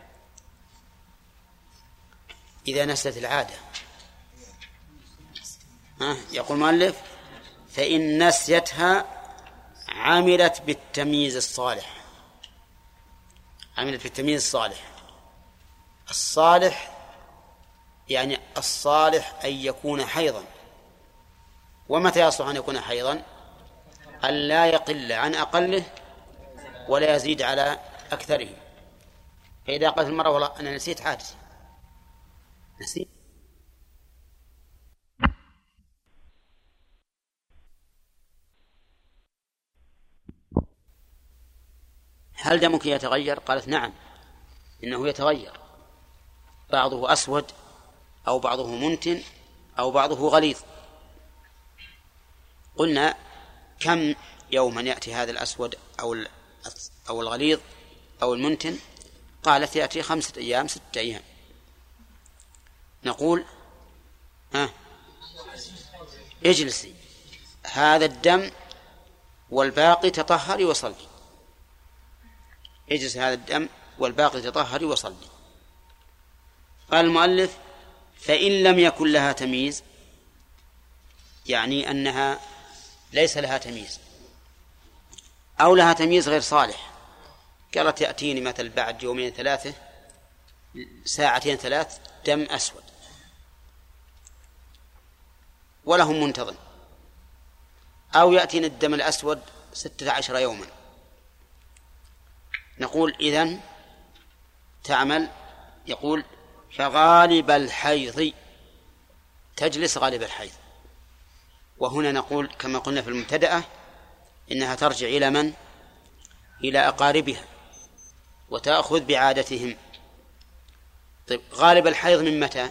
يقول المؤلف: فإن نسيتها عملت بالتمييز الصالح. عملت في التمييز الصالح. الصالح يعني الصالح أن يكون حيضا. ومتى يصلح أن يكون حيضا؟ أن لا يقل عن أقله ولا يزيد على أكثره. فإذا قالت المرأة والله أنا نسيت عادتي، نسيت، هل دمك يتغير؟ قالت نعم إنه يتغير، بعضه أسود أو بعضه منتن أو بعضه غليظ. قلنا كم يوما يأتي هذا الأسود أو الغليظ أو المنتن؟ قالت يأتي 5 أيام 6 أيام. نقول اجلسي، هذا الدم والباقي تطهري وصلي. اجلس هذا الدم والباقي تطهري وصلي. قال المؤلف فإن لم يكن لها تمييز، يعني أنها ليس لها تمييز أو لها تمييز غير صالح. قالت يأتيني مثل بعد 2 3 ساعتين 3 دم أسود ولهم منتظم، أو يأتيني الدم الأسود 16 يوما. نقول إذن تعمل، يقول فغالب الحيض، تجلس غالب الحيض. وهنا نقول كما قلنا في المبتدأة إنها ترجع إلى من؟ إلى أقاربها وتأخذ بعادتهم. طيب غالب الحيض من متى؟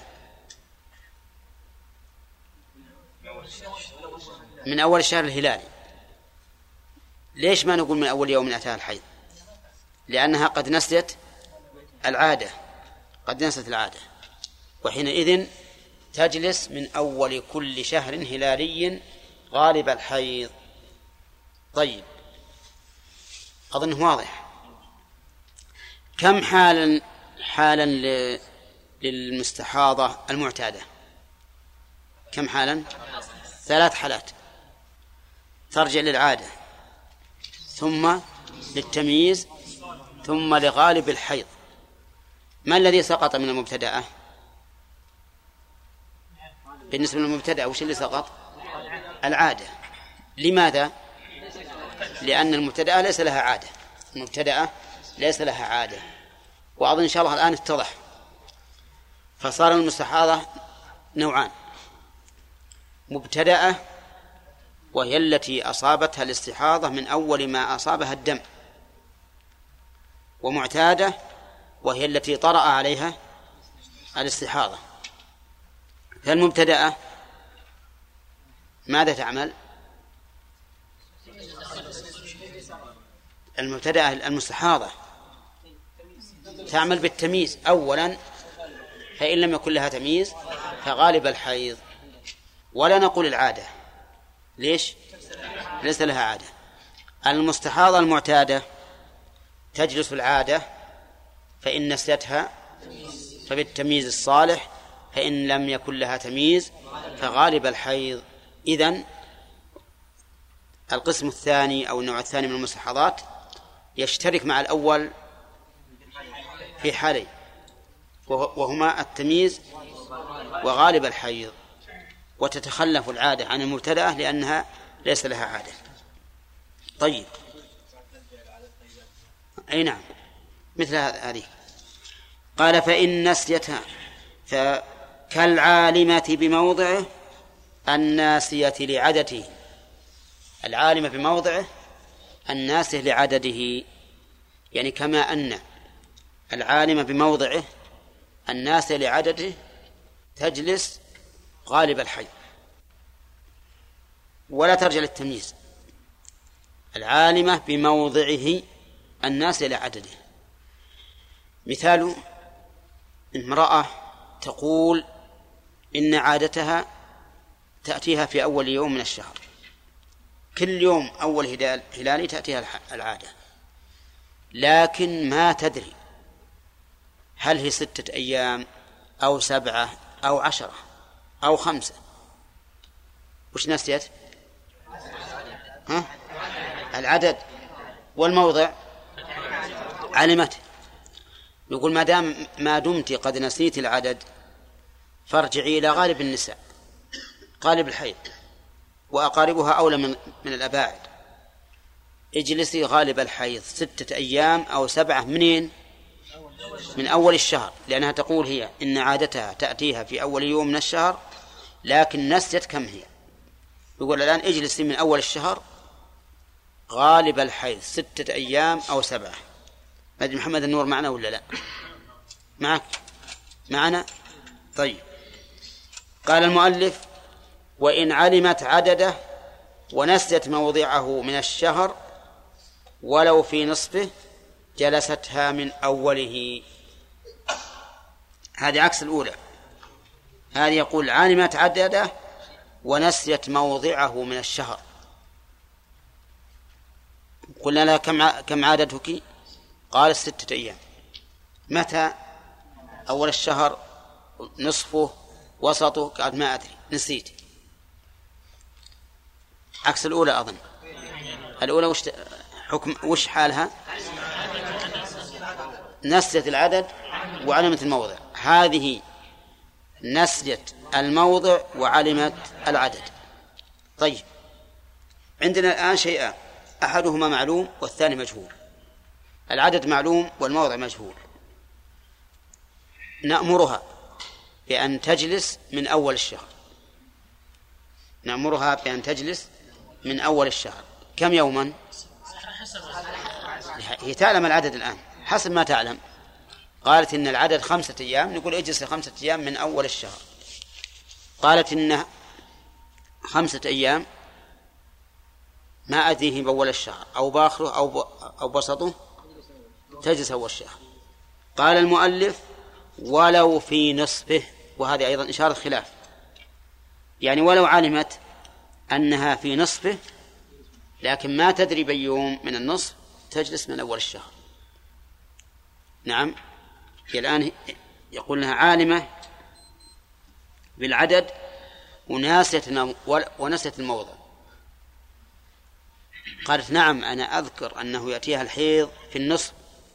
من أول الشهر الهلالي. ليش ما نقول من أول يوم أتاها الحيض؟ لأنها قد نسيت العادة، قد نسيت العادة، وحينئذ تجلس من أول كل شهر هلالي غالب الحيض. طيب أظن واضح. كم حالا للمستحاضة المعتادة؟ كم حالا؟ 3 حالات: ترجع للعادة، ثم للتمييز، ثم لغالب الحيض. ما الذي سقط من المبتدأة؟ بالنسبة للمبتدأة وش اللي سقط؟ العادة. لماذا؟ لأن المبتدأة ليس لها عادة، المبتدأة ليس لها عادة. وأظن إن شاء الله الآن اتضح. فصار المستحاضة نوعان: مبتدأة وهي التي أصابتها الاستحاضة من أول ما أصابها الدم، ومعتادة وهي التي طرأ عليها الاستحاضة. فالمبتدأة ماذا تعمل؟ المبتدأة المستحاضة تعمل بالتمييز أولا، فإن لم يكن لها تمييز فغالب الحيض. ولا نقول العادة. ليش؟ ليس لها عادة. المستحاضة المعتادة تجلس العادة، فإن نسيتها فبالتمييز الصالح، فإن لم يكن لها تمييز فغالب الحيض. إذن القسم الثاني أو النوع الثاني من المستحاضات يشترك مع الأول في حالين، وهما التمييز وغالب الحيض، وتتخلف العادة عن المبتدأة لأنها ليس لها عادة. طيب أي نعم مثل هذه. قال فإن نسيتها فكالعالمة بموضعه الناسية لعدده. العالمة بموضعه الناسية لعدده، يعني كما أن العالمة بموضعه الناسية لعدده تجلس غالب الحي ولا ترجع للتمييز. العالمة بموضعه الناسية لعدده. مثال: امرأة تقول إن عادتها تأتيها في أول يوم من الشهر، كل يوم أول هلالي تأتيها العادة، لكن ما تدري هل هي 6 أيام أو 7 أو 10 أو 5. وش نسيت؟ العدد. والموضع علمته. يقول ما دمت قد نسيت العدد فارجعي إلى غالب النساء، غالب الحيض، وأقاربها أولى من الأباعد. اجلسي غالب الحيض 6 أيام أو 7 منين؟ من أول الشهر، لأنها تقول هي إن عادتها تأتيها في أول يوم من الشهر لكن نسيت كم هي. يقول الآن اجلسي من أول الشهر غالب الحيض 6 أيام أو 7. ما أدري محمد النور معنا ولا لا؟ معك؟ معنا؟ طيب. قال المؤلف: وإن علمت عدده ونسيت موضعه من الشهر ولو في نصفه جلستها من أوله. هذه عكس الأولى. هذه يقول علمت عدده ونسيت موضعه من الشهر. قلنا لها كم عادتك؟ قال 6 أيام. متى؟ أول الشهر، نصفه، وسطه؟ قالت ما أدري، نسيت. عكس الأولى أظن. الأولى وش حالها؟ نسيت العدد وعلمت الموضع. هذه نسيت الموضع وعلمت العدد. طيب، عندنا الآن شيئان، أحدهما معلوم والثاني مجهول. العدد معلوم والموضع مجهول. نأمرها بأن تجلس من أول الشهر. نأمرها بأن تجلس من أول الشهر. كم يوما؟ هي تعلم العدد الآن حسب ما تعلم. قالت إن العدد 5 أيام، نقول اجلس 5 أيام من أول الشهر. قالت إن 5 أيام ما أدريه بأول الشهر أو بآخره أو بسطه، تجلس أول الشهر. قال المؤلف: ولو في نصفه. وهذه أيضا إشارة خلاف، يعني ولو علمت أنها في نصفه لكن ما تدري بيوم من النصف تجلس من أول الشهر. نعم، الآن يقول لها عالمة بالعدد ونسيت الموضع. قالت: نعم، أنا أذكر أنه يأتيها الحيض في النصف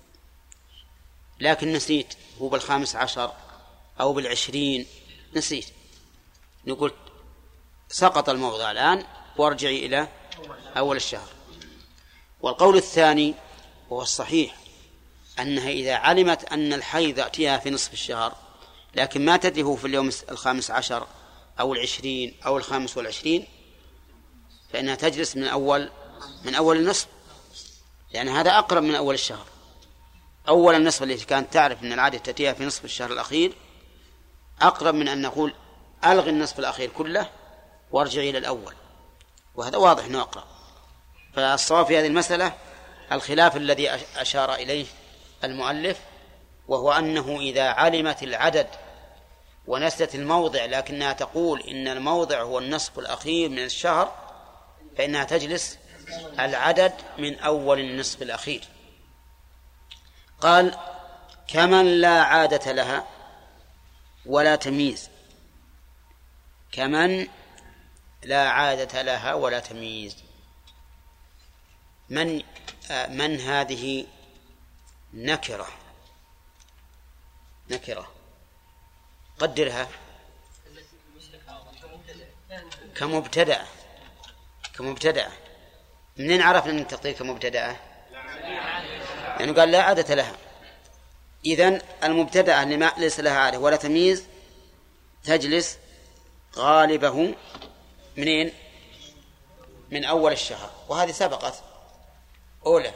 لكن نسيت، هو 15 أو 20 نسيت. نقول سقط الموضع الآن وارجعي إلى أول الشهر. والقول الثاني وهو الصحيح أنها إذا علمت أن الحيض يأتيها في نصف الشهر لكن ما تدري هو في اليوم 15 أو 20 أو 25 فإنها تجلس من أول النصف، لأن هذا أقرب من أول الشهر. أول النصف التي كانت تعرف أن العادة تأتيها في نصف الشهر الأخير أقرب من أن نقول ألغي النصف الأخير كله وارجعي إلى الأول، وهذا واضح أنه أقرب. فالصواب في هذه المسألة الخلاف الذي أشار إليه المؤلف، وهو أنه إذا علمت العدد ونسيت الموضع لكنها تقول إن الموضع هو النصف الأخير من الشهر فإنها تجلس العدد من أول النصف الأخير. قال: كمن لا عادة لها ولا تمييز. كمن لا عادة لها ولا تمييز. من هذه نكرة قدرها كمبتدأ. منين عرفنا أن التقدير كمبتدأ؟ يعني قال لا عادة لها. إذن المبتدأ اللي ليس لها عادة ولا تمييز تجلس غالبه منين؟ من أول الشهر، وهذه سبقت أولى،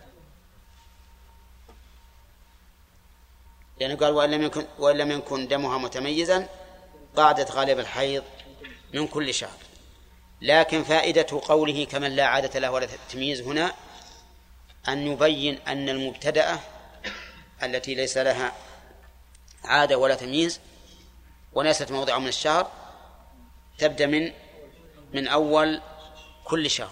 لأنه قال وإن لم يكن دمها متميزا قعدت غالب الحيض من كل شهر. لكن فائدة قوله كمن لا عادة له ولا تمييز هنا أن يبين أن المبتدأة التي ليس لها عادة ولا تمييز ونست موضع من الشهر تبدأ من أول كل شهر.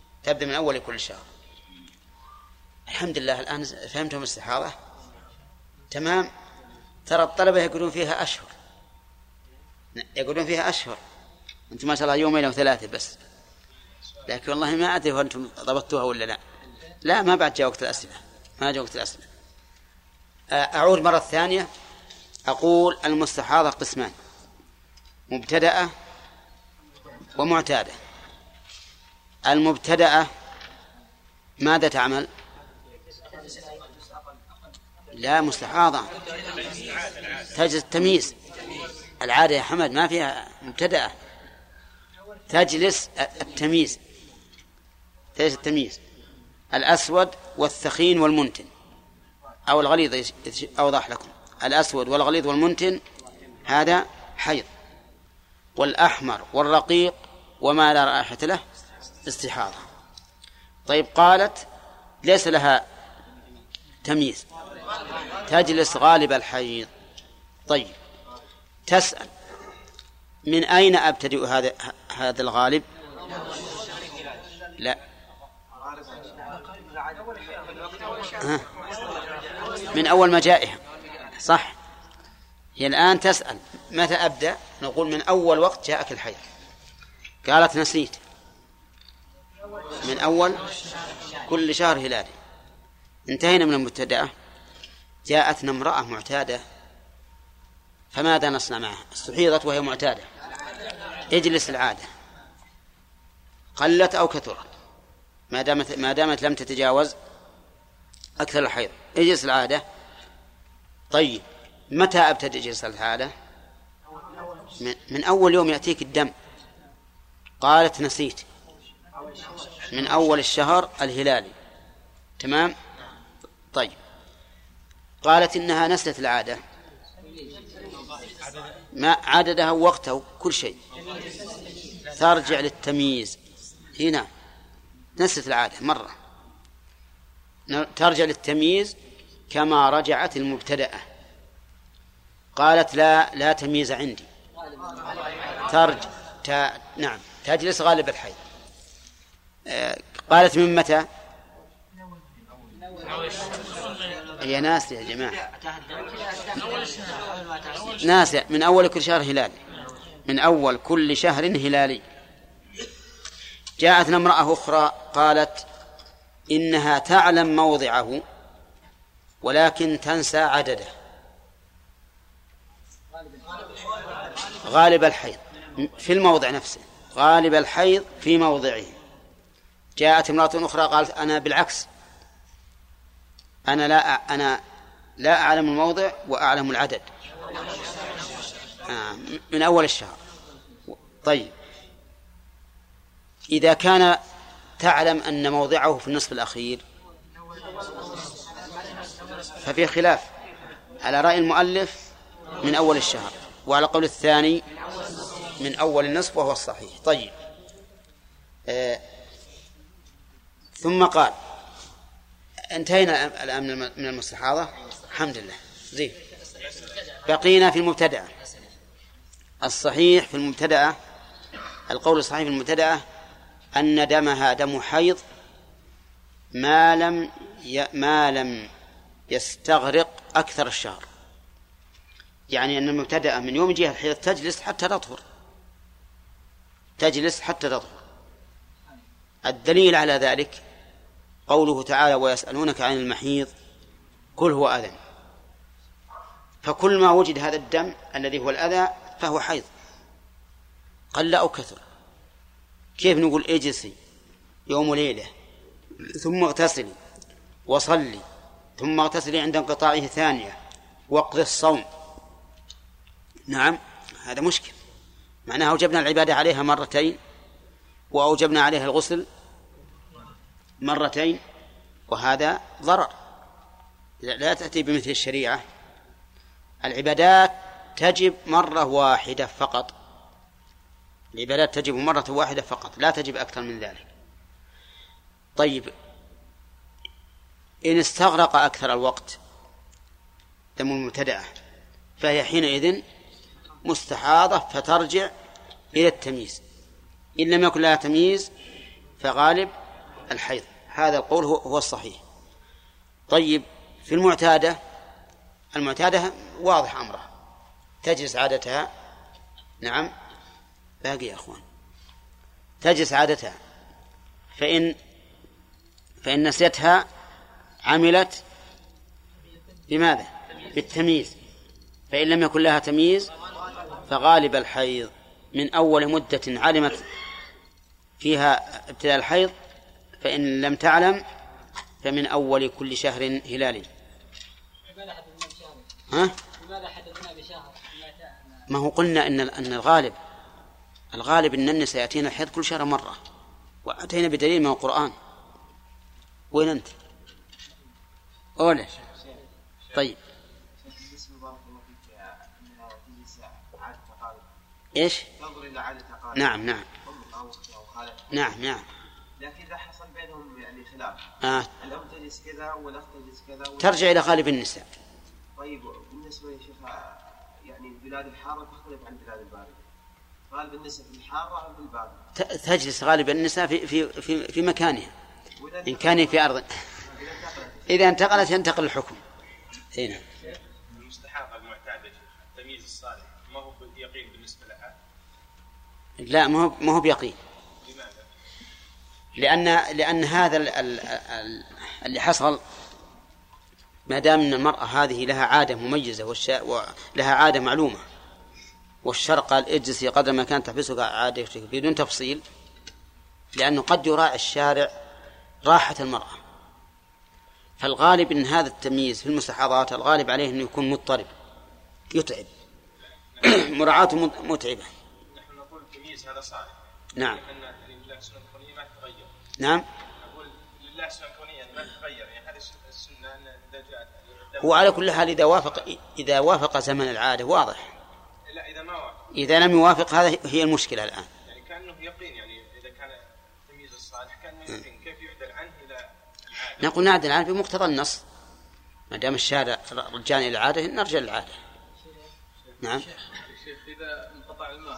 الحمد لله الآن فهمتم الاستحاضة تمام. ترى الطلبة يقولون فيها أشهر، أنتم ما شاء الله 2 أو 3 بس، لكن والله ما أدري أنتم ضبطتوها ولا لا. ما بعد جاء وقت الأسئلة، أعود مرة ثانية أقول المستحاضة قسمان: مبتدأة ومعتادة. المبتدأة ماذا تعمل؟ لا، مستحاضة تجلس التمييز. العادة يا حمد ما فيها مبتدأة، تجلس التمييز، تجلس التمييز. الأسود والثخين والمنتن أو الغليظ أوضح لكم. الأسود والغليظ والمنتن هذا حيض، والأحمر والرقيق وما لا رائحة له استحاضة. طيب، قالت ليس لها تمييز، تجلس غالب الحيض. طيب، تسأل: من أين أبتدئ هذا الغالب؟ لا، من أول ما جائها. صح، هي الآن تسأل متى أبدأ؟ نقول من أول وقت جاءك الحيض. قالت نسيت، من أول كل شهر هلالي. انتهينا من المبتدأة. جاءتنا امرأة معتادة، فماذا نصنع معها؟ استحيضت وهي معتادة، اجلس العادة قلت أو كثرت، ما دامت لم تتجاوز أكثر الحيض اجلس العادة. طيب، متى أبتدئ جلسة العادة؟ من أول يوم يأتيك الدم. قالت نسيت، من أول الشهر الهلالي. تمام. طيب، قالت إنها نسيت العادة، ما عددها وقتها كل شيء، ترجع للتمييز. هنا نسيت العادة مرة، ترجع للتمييز كما رجعت المبتدأة. قالت لا تمييز عندي، ترجع نعم تجلس غالب الحيض. قالت من متى؟ يا ناس يا جماعة، ناس من أول كل شهر هلالي، من أول كل شهر هلالي. جاءتنا امرأة أخرى قالت إنها تعلم موضعه ولكن تنسى عدده. غالب الحيض في الموضع نفسه، غالب الحيض في موضعه. جاءت امرأة أخرى قالت أنا بالعكس، أنا لا أعلم الموضع وأعلم العدد من أول الشهر. طيب، إذا كان تعلم أن موضعه في النصف الأخير ففي خلاف على رأي المؤلف من أول الشهر، وعلى قول الثاني من أول النصف وهو الصحيح. طيب، ثم قال انتهينا الآن من المستحاضة الحمد لله. زين، بقينا في المبتدأة. الصحيح في المبتدأة، القول الصحيح في المبتدأة أن دمها دم حيض ما لم يستغرق أكثر الشهر. يعني أن المبتدأة من يوم يجيها الحيض تجلس حتى تطهر، تجلس حتى تطهر. الدليل على ذلك قوله تعالى ويسألونك عن المحيض قل هو أذى. فكل ما وجد هذا الدم الذي هو الأذى فهو حيض قل أو كثر. كيف نقول اجلسي يوم وليلة ثم اغتسلي وصلي ثم اغتسلي عند انقطاعه ثانية واقضي الصوم؟ نعم، هذا مشكل. معناها أوجبنا العبادة عليها مرتين وأوجبنا عليها الغسل مرتين، وهذا ضرر. لا تأتي بمثل الشريعة. العبادات تجب مرة واحدة فقط، العبادات تجب مرة واحدة فقط، لا تجب أكثر من ذلك. طيب، إن استغرق أكثر الوقت دم المبتدأة فهي حينئذ مستحاضة فترجع إلى التمييز. إن لم يكن لها تمييز فغالب الحيض. هذا القول هو الصحيح. طيب، في المعتادة واضح أمره، تجلس عادتها. نعم، باقي يا أخوان، تجلس عادتها. فإن نسيتها عملت بماذا؟ بالتمييز، فإن لم يكن لها تمييز فغالب الحيض من أول مدة علمت فيها ابتلاء الحيض، فإن لم تعلم فمن أول كل شهر هلالي. لماذا حددنا بشهر؟ ما هو قلنا أن الغالب أن النساء يأتينا الحيض كل شهر مرة، وأتينا بدليل من القرآن. وين أنت؟ أولا طيب إيش؟ نعم لكن إذا حصل بينهم يعني خلاف الأم تجلس كذا والأخت تجلس كذا ترجع إلى غالب النساء. طيب بالنسبة يا شيخ يعني بلاد الحارة تختلف عن بلاد الباردة، غالب النساء في الحارة أو في الباردة؟ تجلس غالب النساء في مكانها إن كان في أرض. إذا انتقلت ينتقل الحكم. هنا المستحاضة المعتادة التمييز الصالح ما هو يقين بالنسبة لها؟ لا ما هو بيقين. لأن هذا اللي حصل ما دام أن المرأة هذه لها عادة مميزة ولها عادة معلومة، والشرع قال اجلسي قدر ما كانت تحبسك عادتك بدون تفصيل، لأنه قد يراعي الشارع راحة المرأة. فالغالب أن هذا التمييز في المستحاضات الغالب عليه أنه يكون مضطرب يتعب مراعاته متعبة. نحن نقول التمييز هذا صالح. نعم. لله السنة الكونية ما تتغير. نعم. نقول لله السنة الكونية ما تتغير، يعني هذه السنة أن إذا جاءت هو على كل حال إذا وافق زمن العادة واضح. لا إذا ما وافق. إذا لم يوافق هذا هي المشكلة الآن. يعني كأنه يقين، يعني إذا كان التمييز الصالح كأنه يقين، كيف يعدل عنه إلى العادة؟ نقول نعدل عنه بمقتضى النص، ما دام الشارع رجعنا إلى العادة نرجع للعادة. نعم. شيخ إذا انقطع الماء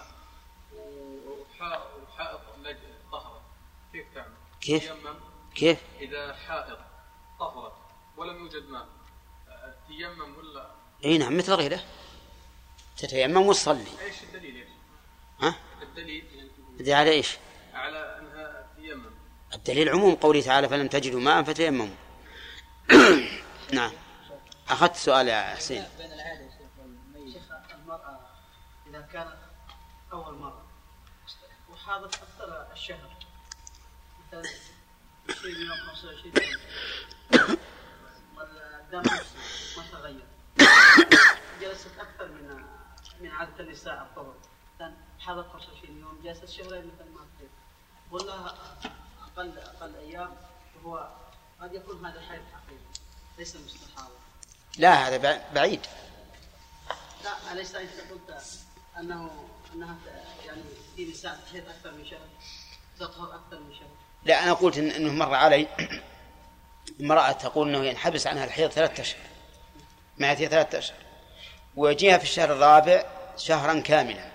وحائط طهرت كيف تعمل؟ كيف؟ إذا حائط طهرت ولم يوجد ماء تيمم ولا؟ اي نعم مثل غيره تتيمم وتصلي. ايش الدليل يا ها؟ الدليل على ايش؟ على انها تيمم. الدليل عموم قوله تعالى فلم تجدوا ماء فتيمموا. نعم. أخذت سؤال يا حسين. بين العادة يا شيخ المرأة إذا كانت أول مرة وحاضت أكثر الشهر مثلا شيء من 25 والدم ما تغير، جلست أكثر من عادة النساء الطهر، حاضت 25 يوم جلست شهرين مثل ما قلت، ولا أقل أيام، وهو قد يكون هذا حيض حقيقي ليس مستحاضة. لا هذا بعيد. لا أليس أنت قلت أنها يعني في نساء تحيض أكثر من شهر تطهر أكثر من شهر؟ لا أنا قلت إنه مر علي امرأة تقول إنه ينحبس عنها الحيض 3 أشهر، معتها 3 أشهر، ويجيها في الشهر الرابع شهرا كاملا.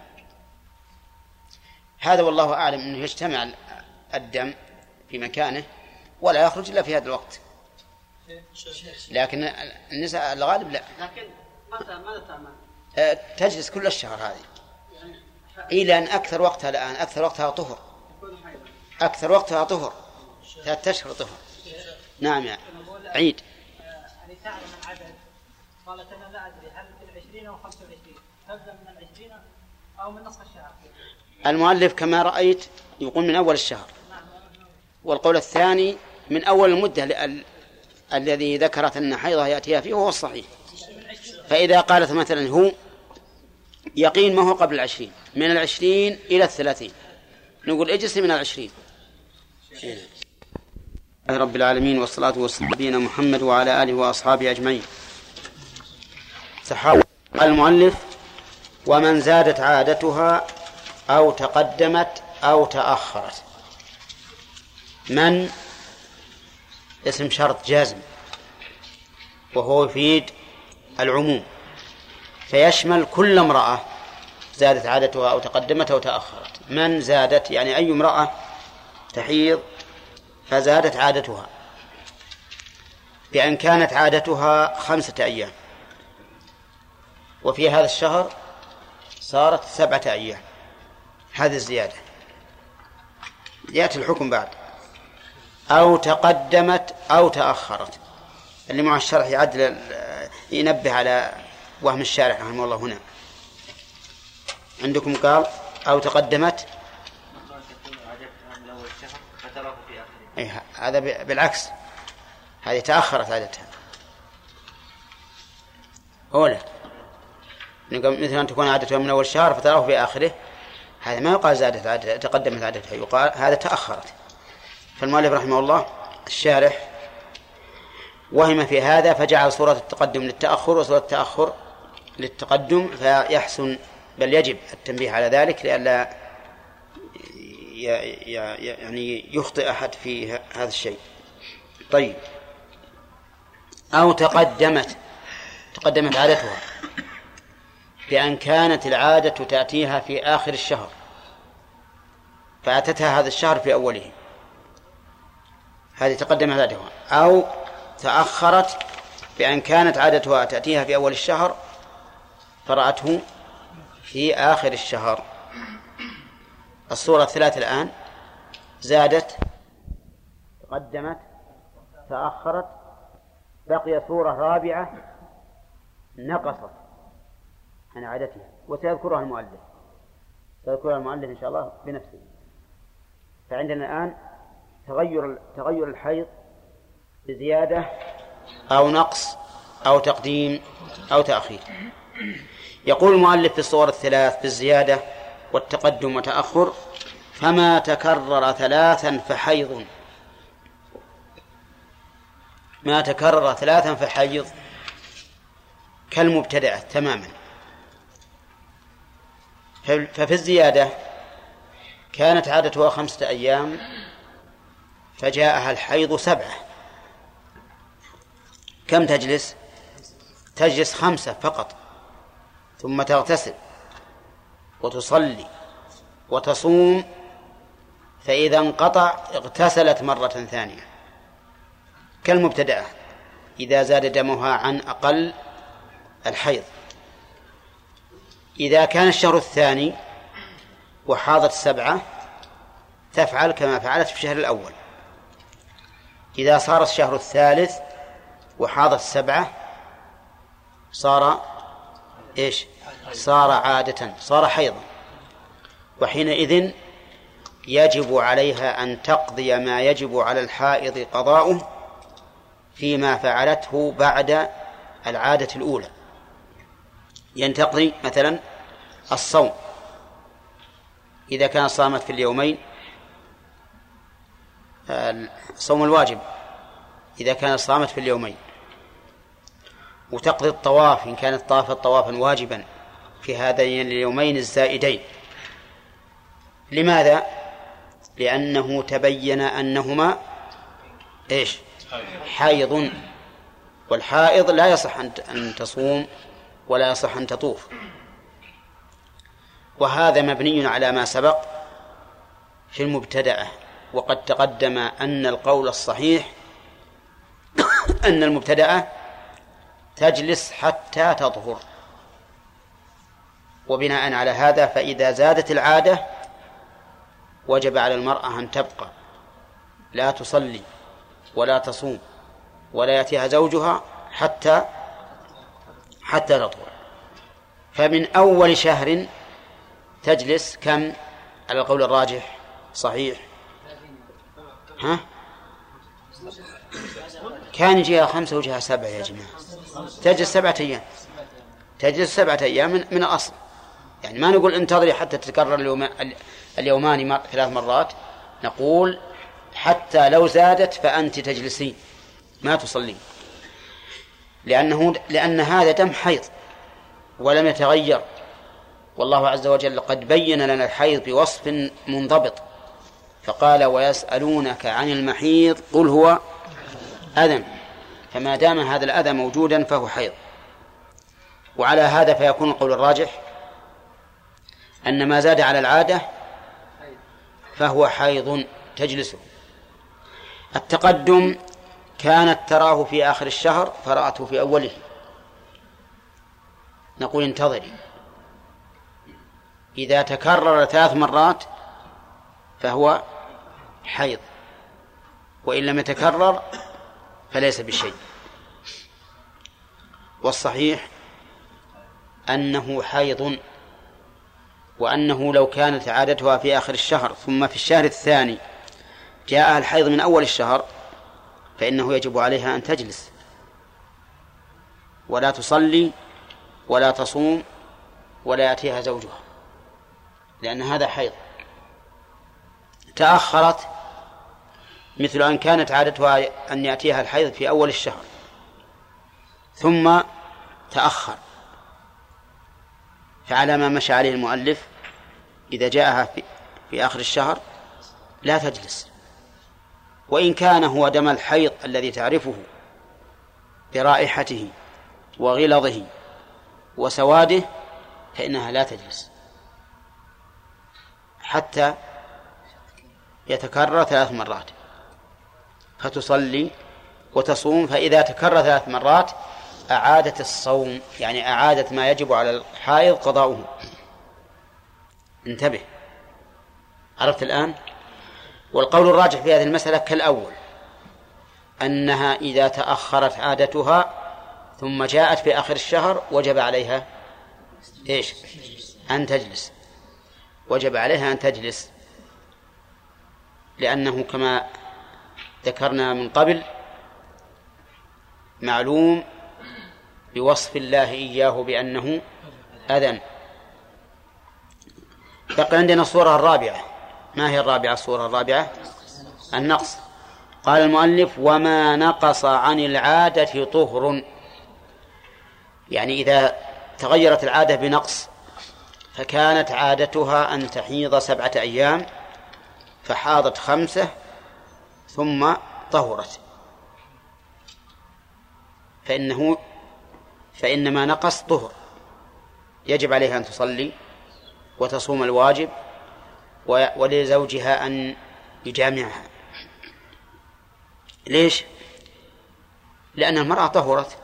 هذا والله أعلم أنه يجتمع الدم في مكانه ولا يخرج إلا في هذا الوقت، لكن النساء الغالب لا. لكن ماذا تعمل؟ تجلس كل الشهر هذه إلى أن أكثر وقتها الآن أكثر وقتها طهر، أكثر وقتها طهر 3 أشهر طهر. نعم يا عيد. يعني تعلم العدد، قالت أنا لا أدري هل في 20 أو 25، تبدأ من 20 أو من نصف الشهر. المؤلف كما رأيت يقول من أول الشهر، والقول الثاني من أول المدة الذي ذكرت أن حيضها يأتيها فيه وهو الصحيح. فإذا قالت مثلا هو يقين ما هو قبل 20، من 20 إلى 30، نقول اجلس من 20. رب العالمين والصلاة والسلام على نبينا محمد وعلى آله وأصحابه أجمعين. قال المؤلف ومن زادت عادتها أو تقدمت أو تأخرت. من اسم شرط جازم وهو يفيد العموم، فيشمل كل امرأة زادت عادتها أو تقدمت أو تأخرت. من زادت يعني أي امرأة تحيض فزادت عادتها بأن كانت عادتها 5 أيام وفي هذا الشهر صارت 7 أيام، هذه الزيادة يأتي الحكم بعد. أو تقدمت أو تأخرت، اللي مع الشرح ينبه على وهم الشارع رحمه الله هنا. عندكم قال أو تقدمت هذا بالعكس، هذه تأخرت عادتها أولا، مثل أن تكون عادتها من أول الشهر فتراه في آخره، هذا ما يقال زادت عادتها تقدمت عادتها، يقال هذا تأخرت. فالمؤلف رحمه الله الشارح وهم في هذا فجعل صورة التقدم للتأخر وصورة التأخر للتقدم، فيحسن بل يجب التنبيه على ذلك لئلا يعني يخطئ أحد في هذا الشيء. طيب أو تقدمت عادتها بأن كانت العادة تأتيها في آخر الشهر فأتتها هذا الشهر في أوله، هذه تقدمت عادتها. أو تأخرت بأن كانت عادتها تأتيها في أول الشهر فرأته في آخر الشهر. الصورة الثلاث الآن زادت، تقدمت، تأخرت، بقي صورة رابعة نقصت عن عادتها وسيذكرها المؤلف إن شاء الله بنفسه. فعندنا الآن تغير الحيض بزيادة أو نقص أو تقديم أو تأخير. يقول المؤلف في الصور الثلاث بالزيادة والتقدم وتأخر: فما تكرر ثلاثا فحيض. ما تكرر ثلاثا فحيض كالمبتدأة تماما. ففي الزيادة كانت عادتها 5 أيام فجاءها الحيض 7، كم تجلس؟ تجلس 5 فقط، ثم تغتسل وتصلي وتصوم، فإذا انقطع اغتسلت مرة ثانية كالمبتدأة إذا زاد دمها عن أقل الحيض. إذا كان الشهر الثاني وحاضت 7 تفعل كما فعلت في الشهر الأول. إذا صار الشهر الثالث وحاضت 7 صار إيش؟ صار عادة، صار حيضا، وحينئذ يجب عليها أن تقضي ما يجب على الحائض قضاؤه فيما فعلته بعد العادة الأولى. ينتقضي مثلا الصوم إذا كان صامت في اليومين، الصوم الواجب إذا كانت صامت في اليومين، وتقضي الطواف إن كانت طافت طوافا واجبا في هذين اليومين الزائدين. لماذا؟ لأنه تبين أنهما إيش؟ حيض، والحائض لا يصح أن تصوم ولا يصح أن تطوف. وهذا مبني على ما سبق في المبتدأة، وقد تقدم أن القول الصحيح أن المبتدأة تجلس حتى تطهر. وبناء على هذا فإذا زادت العادة وجب على المرأة أن تبقى لا تصلي ولا تصوم ولا يأتيها زوجها حتى تطهر. فمن أول شهر تجلس كم على القول الراجح صحيح؟ كان يجيها 5 وجهها 7 يا جماعة، تجلس 7 أيام، تجلس 7 أيام من الأصل. يعني ما نقول انتظري حتى تتكرر اليومان 3 مرات، نقول حتى لو زادت فأنت تجلسين ما تصلين، لأن هذا دم حيض ولم يتغير، والله عز وجل قد بين لنا الحيض بوصف منضبط، فقال: ويسألونك عن المحيض قل هو أذى، فما دام هذا الأذى موجودا فهو حيض. وعلى هذا فيكون القول الراجح أن ما زاد على العادة فهو حيض تجلسه. التقدم كانت تراه في آخر الشهر فرأته في أوله، نقول انتظري، إذا تكرر 3 مرات فهو حيض، وإن لم يتكرر فليس بشيء. والصحيح أنه حيض، وأنه لو كانت عادتها في آخر الشهر ثم في الشهر الثاني جاءها الحيض من أول الشهر فإنه يجب عليها أن تجلس ولا تصلي ولا تصوم ولا يأتيها زوجها، لأن هذا حيض. تأخرت مثل أن كانت عادتها أن يأتيها الحيض في أول الشهر ثم تأخر، فعلى ما مشى عليه المؤلف إذا جاءها في آخر الشهر لا تجلس، وإن كان هو دم الحيض الذي تعرفه برائحته وغلظه وسواده فإنها لا تجلس حتى يتكرر 3 مرات، فتصلي وتصوم، فإذا تكرر 3 مرات أعادت الصوم، يعني أعادت ما يجب على الحائض قضاؤه. انتبه، عرفت الآن؟ والقول الراجح في هذه المسألة كالأول، أنها إذا تأخرت عادتها ثم جاءت في آخر الشهر وجب عليها إيش؟ أن تجلس، وجب عليها أن تجلس، لأنه كما ذكرنا من قبل معلوم بوصف الله إياه بأنه أذن. بقي عندنا الصورة الرابعة. ما هي الرابعة؟ الصورة الرابعة النقص. قال المؤلف: وما نقص عن العادة طهر، يعني إذا تغيرت العادة بنقص، فكانت عادتها أن تحيض 7 أيام فحاضت 5 ثم طهرت، فإنما نقص طهر، يجب عليها أن تصلي وتصوم الواجب ولزوجها أن يجامعها. ليش؟ لأن المرأة طهرت،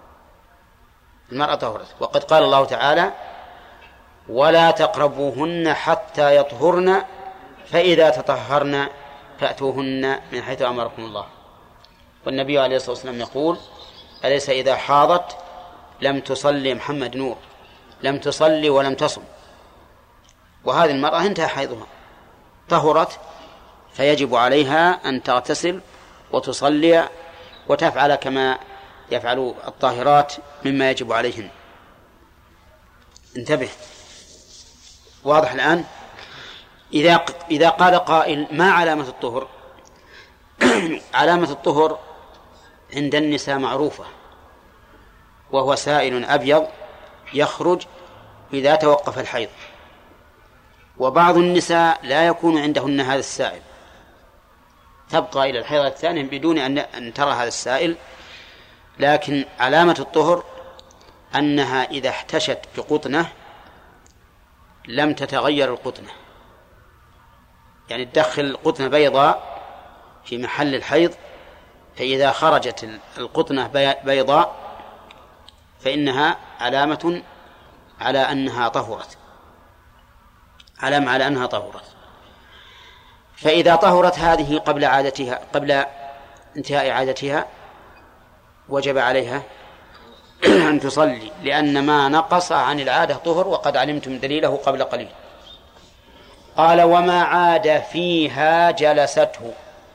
وقد قال الله تعالى: ولا تقربوهن حتى يطهرن فإذا تطهرن فأتوهن من حيث أمركم الله. والنبي عليه الصلاة والسلام يقول: أليس إذا حاضت لم تصلي محمد نور، لم تصلي ولم تصم. وهذه المرأة انتهى حيضها، طهرت، فيجب عليها أن تغتسل وتصلي وتفعل كما يفعل الطاهرات مما يجب عليهن. انتبه، واضح الآن؟ إذا قال قائل: ما علامة الطهر؟ علامة الطهر عند النساء معروفة، وهو سائل أبيض يخرج إذا توقف الحيض، وبعض النساء لا يكون عندهن هذا السائل، تبقى إلى الحيض الثاني بدون أن ترى هذا السائل. لكن علامة الطهر أنها إذا احتشت بقطنة لم تتغير القطنة، يعني تدخل قطنة بيضاء في محل الحيض، فإذا خرجت القطنة بيضاء فإنها علامة على أنها طهرت، علامة على أنها طهرت. فإذا طهرت هذه قبل انتهاء عادتها وجب عليها أن تصلي، لأن ما نقص عن العادة طهر، وقد علمتم دليله قبل قليل. قال: وما عاد فيها جلسته،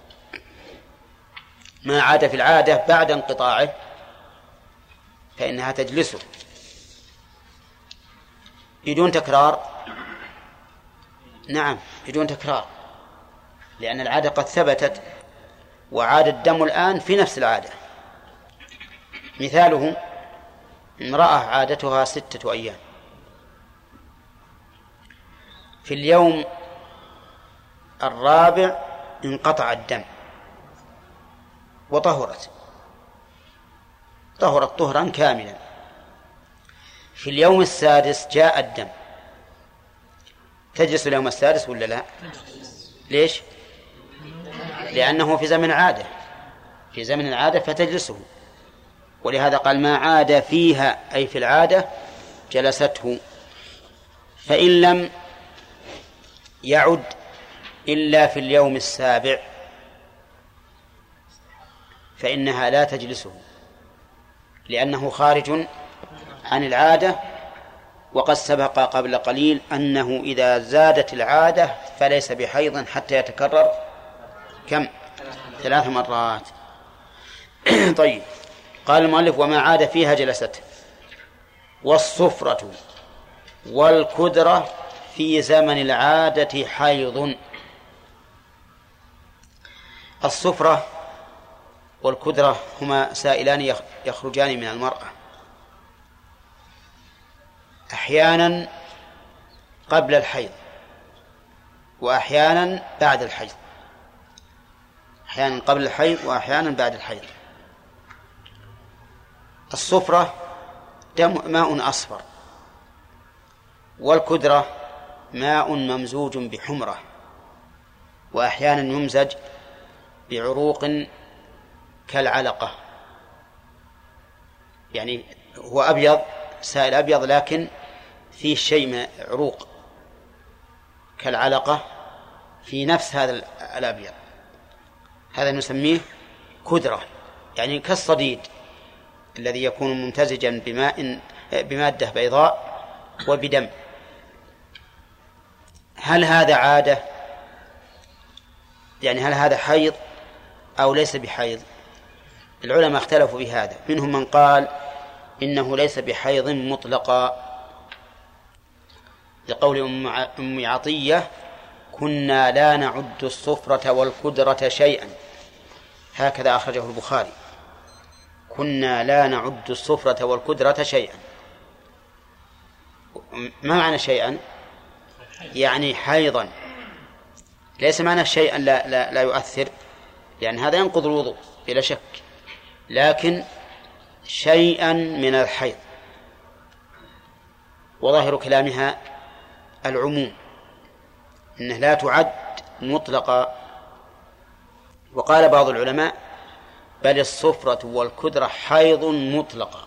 ما عاد في العادة بعد انقطاعه فإنها تجلسه بدون تكرار. نعم، بدون تكرار، لأن العادة قد ثبتت وعاد الدم الآن في نفس العادة. مثاله: امرأة عادتها 6 أيام، في اليوم الرابع انقطع الدم وطهرت طهرا كاملا، في اليوم السادس جاء الدم، تجلس اليوم السادس ولا لا؟ ليش؟ لأنه في زمن عادة، في زمن العادة فتجلسه، ولهذا قال: ما عاد فيها، أي في العادة جلسته. فإن لم يعد إلا في اليوم السابع فإنها لا تجلسه، لأنه خارج عن العادة، وقد سبق قبل قليل أنه إذا زادت العادة فليس بحيض حتى يتكرر كم؟ 3 مرات. طيب، قال المؤلف: وما عاد فيها جلست. والصفرة والكدرة في زمن العادة حيض. الصفرة والكدرة هما سائلان يخرجان من المرأة أحيانا قبل الحيض وأحيانا بعد الحيض، أحيانا قبل الحيض وأحيانا بعد الحيض. الصفرة ماء أصفر، والكدرة ماء ممزوج بحمرة، وأحيانا يمزج بعروق كالعلقة، يعني هو أبيض، سائل أبيض، لكن فيه شيء من عروق كالعلقة في نفس هذا الأبيض، هذا نسميه كدرة، يعني كالصديد الذي يكون ممتزجا بمادة بيضاء وبدم. هل هذا عادة؟ يعني هل هذا حيض أو ليس بحيض؟ العلماء اختلفوا في هذا، منهم من قال إنه ليس بحيض مطلقا، لقول أم عطية: كنا لا نعد الصفرة والكدرة شيئا، هكذا أخرجه البخاري: كنا لا نعد الصفرة والكدرة شيئا. ما معنى شيئا؟ يعني حيضا، ليس معنى شيئا لا يؤثر، يعني هذا ينقض الوضوء بلا شك، لكن شيئا من الحيض. وظاهر كلامها العموم، إنه لا تعد مطلقا. وقال بعض العلماء: بل الصفرة والكدرة حيض مطلقة،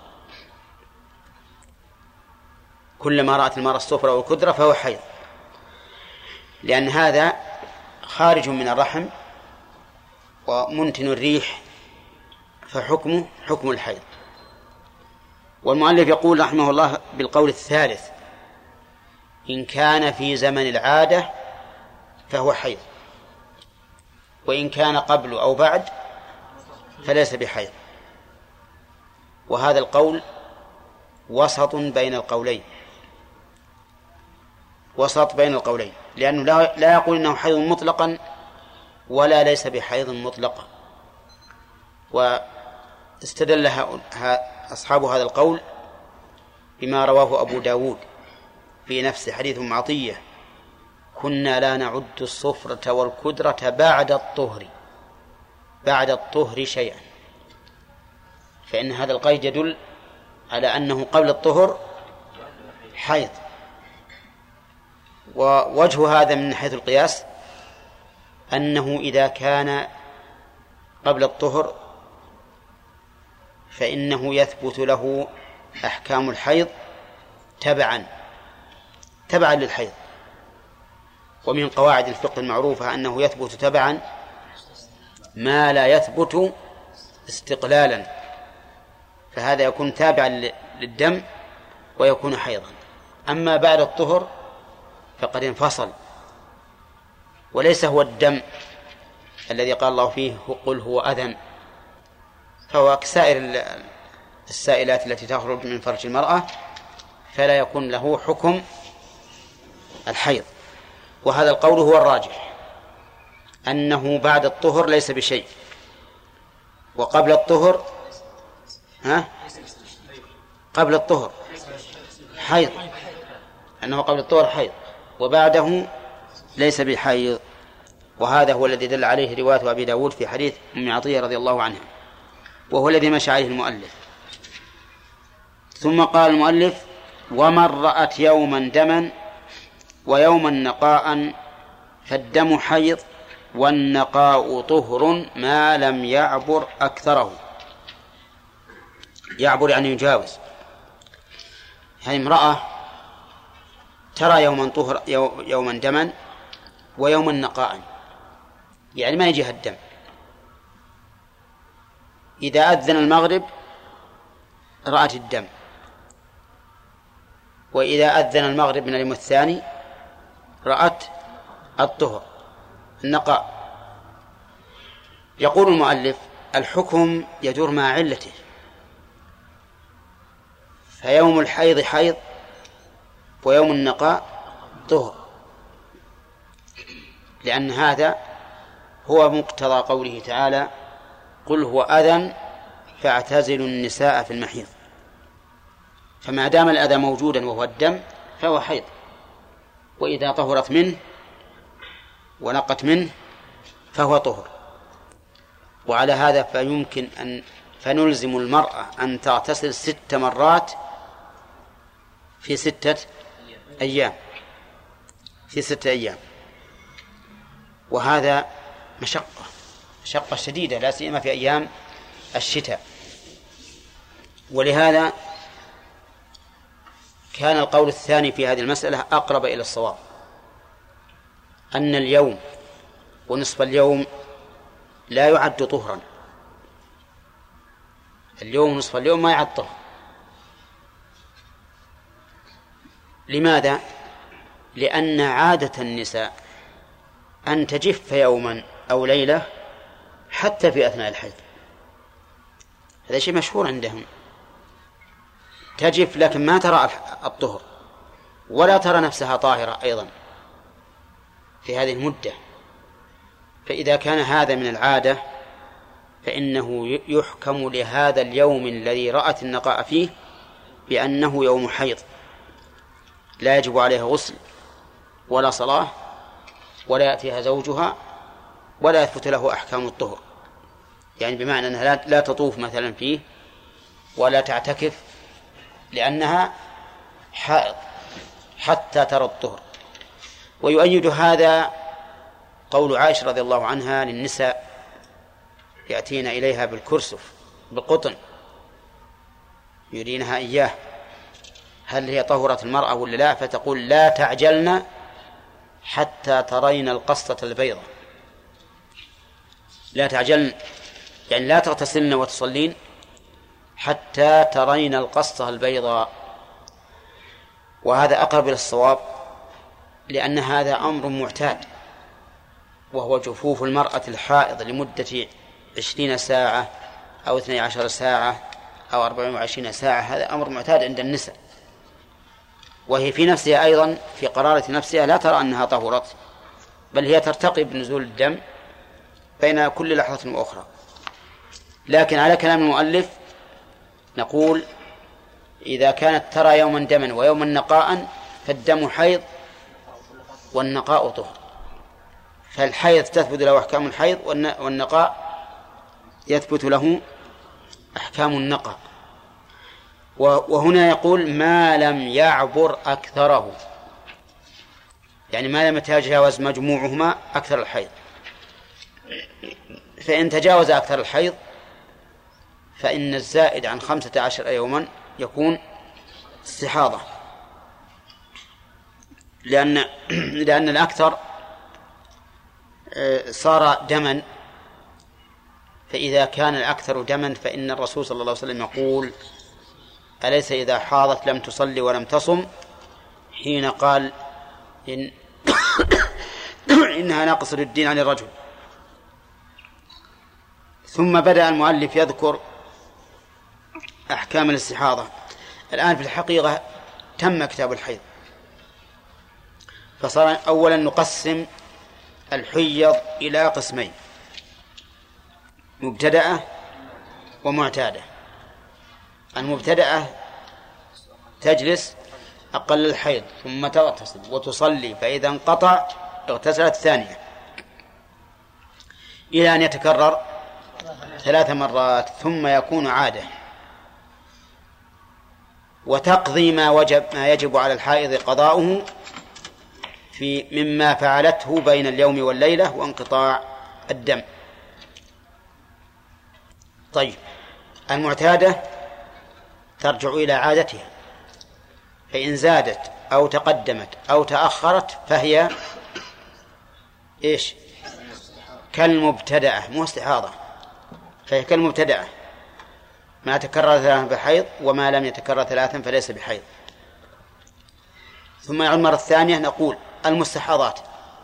كلما رأت المرأة الصفرة والكدرة فهو حيض، لأن هذا خارج من الرحم ومنتن الريح، فحكمه حكم الحيض. والمؤلف يقول رحمه الله بالقول الثالث: إن كان في زمن العادة فهو حيض، وإن كان قبل أو بعد فليس بحيض. وهذا القول وسط بين القولين، وسط بين القولين، لأنه لا يقول إنه حيض مطلقا ولا ليس بحيض مطلقا. واستدل أصحاب هذا القول بما رواه أبو داود في نفس حديث أم عطية: كنا لا نعد الصفرة والكدرة بعد الطهر شيئا، فإن هذا القيد يدل على أنه قبل الطهر حيض. ووجه هذا من حيث القياس أنه إذا كان قبل الطهر فإنه يثبت له أحكام الحيض تبعا للحيض. ومن قواعد الفقه المعروفة أنه يثبت تبعا ما لا يثبت استقلالا، فهذا يكون تابعا للدم ويكون حيضا. أما بعد الطهر فقد انفصل، وليس هو الدم الذي قال الله فيه: قل هو أذى، فهو كسائر السائلات التي تخرج من فرج المرأة، فلا يكون له حكم الحيض. وهذا القول هو الراجح، أنه بعد الطهر ليس بشيء، وقبل الطهر قبل الطهر حيض، أنه قبل الطهر حيض وبعده ليس بحيض. وهذا هو الذي دل عليه رواية أبي داود في حديث أم عطية رضي الله عنها، وهو الذي مشى عليه المؤلف. ثم قال المؤلف: ومن رأت يوما دما ويوما نقاء فالدم حيض والنقاء طهر ما لم يعبر أكثره. يعبر يعني يجاوز، يعني امرأة ترى يوما طهر يوما دما ويوما نقاء، يعني ما يجيها الدم. إذا أذن المغرب رأت الدم، وإذا أذن المغرب من اليوم الثاني رأت الطهر النقاء. يقول المؤلف الحكم يدور مع علته، فيوم الحيض حيض ويوم النقاء طهر، لأن هذا هو مقتضى قوله تعالى قل هو أذى فاعتزلوا النساء في المحيض. فما دام الأذى موجودا وهو الدم فهو حيض، وإذا طهرت منه ونقت منه فهو طهر. وعلى هذا فيمكن أن فنلزم المرأة أن تغتسل 6 مرات في 6 أيام، في 6 أيام، وهذا مشقة شديدة لا سيما في أيام الشتاء. ولهذا كان القول الثاني في هذه المسألة أقرب إلى الصواب، أن اليوم ونصف اليوم لا يعد طهرا، اليوم ونصف اليوم ما يعد طهر. لماذا؟ لأن عادة النساء أن تجف يوما أو ليلة حتى في أثناء الحيض، هذا شيء مشهور عندهم، تجف لكن ما ترى الطهر ولا ترى نفسها طاهرة أيضا في هذه المدة. فإذا كان هذا من العادة فإنه يحكم لهذا اليوم الذي رأت النقاء فيه بأنه يوم حيض، لا يجب عليها غسل ولا صلاة ولا يأتيها زوجها ولا يثبت له أحكام الطهر، يعني بمعنى أنها لا تطوف مثلا فيه ولا تعتكف لأنها حائض حتى ترى الطهر. ويؤيد هذا قول عائشة رضي الله عنها للنساء يأتين إليها بالكرسف بالقطن يرينها إياه هل هي طهرت المرأة ولا لا، فتقول لا تعجلن حتى ترين القصة البيضاء، لا تعجلن يعني لا تغتسلن وتصلين حتى ترين القصة البيضاء. وهذا أقرب إلى الصواب، لأن هذا أمر معتاد، وهو جفوف المرأة الحائض لمدة 20 ساعة أو 12 ساعة أو 24 ساعة، هذا أمر معتاد عند النساء، وهي في نفسها أيضا في قرارة نفسها لا ترى أنها طهرت، بل هي ترتقي بنزول الدم بين كل لحظة وأخرى. لكن على كلام المؤلف نقول إذا كانت ترى يوما دما ويوما نقاء فالدم حيض والنقاء طهر، فالحيض تثبت له أحكام الحيض والنقاء يثبت له أحكام النقاء. وهنا يقول ما لم يعبر أكثره، يعني ما لم يتجاوز مجموعهما أكثر الحيض، فإن تجاوز أكثر الحيض فإن الزائد عن 15 يوما يكون استحاضة، لأن الأكثر صار دما، فإذا كان الأكثر دما فإن الرسول صلى الله عليه وسلم يقول أليس إذا حاضت لم تصلي ولم تصم، حين قال إنها ناقص الدين عن الرجل. ثم بدأ المؤلف يذكر أحكام الاستحاضة. الآن في الحقيقة تم كتاب الحيض، فصار أولا نقسم الحيض إلى قسمين: مبتدأة ومعتادة. المبتدأة تجلس أقل الحيض ثم تغتسل وتصلي، فإذا انقطع اغتسلت ثانية إلى أن يتكرر 3 مرات ثم يكون عادة، وتقضي ما يجب على الحائض قضاؤه مما فعلته بين اليوم والليلة وانقطاع الدم. طيب، المعتادة ترجع إلى عادتها، فإن زادت أو تقدمت أو تأخرت فهي إيش؟ كالمبتدأة، مو استحاضة، فهي كالمبتدأة، ما تكرر 3 بحيض وما لم يتكرر 3 فليس بحيض. ثم يعود مرة ثانية نقول المستحاضات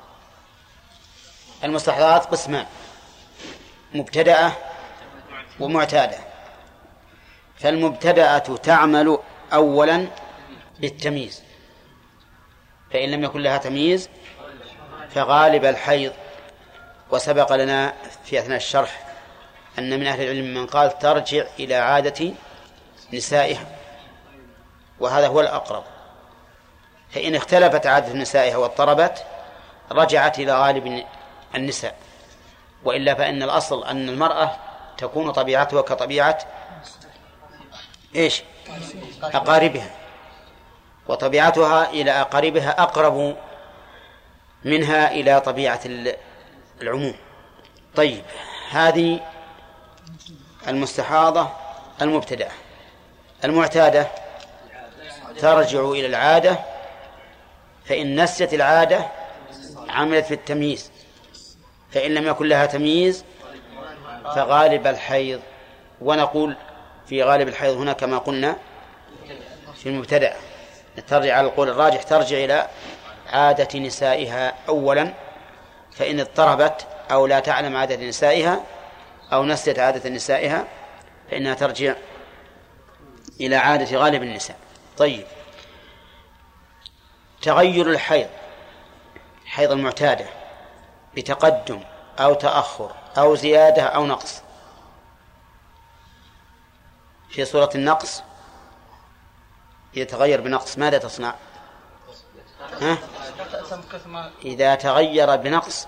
قسمان: مبتدأة ومعتادة. فالمبتدأة تعمل أولا بالتمييز، فإن لم يكن لها تمييز فغالب الحيض. وسبق لنا في أثناء الشرح أن من أهل العلم من قال ترجع إلى عادة نسائها، وهذا هو الأقرب. فإن اختلفت عادة نسائها واضطربت رجعت إلى غالب النساء، وإلا فإن الأصل أن المرأة تكون طبيعتها كطبيعة أقاربها، وطبيعتها إلى أقاربها أقرب منها إلى طبيعة العموم. طيب، هذه المستحاضة المبتدأة. المعتادة ترجع إلى العادة، فإن نسيت العادة عملت في التمييز، فإن لم يكن لها تمييز فغالب الحيض. ونقول في غالب الحيض هنا كما قلنا في المبتدأ ترجع على القول الراجح، ترجع إلى عادة نسائها أولا، فإن اضطربت أو لا تعلم عادة نسائها أو نسيت عادة نسائها فإنها ترجع إلى عادة غالب النساء. طيب، تغير الحيض، حيض المعتادة، بتقدم أو تأخر أو زيادة أو نقص. في صورة النقص إذا تغير بنقص ماذا تصنع؟ إذا تغير بنقص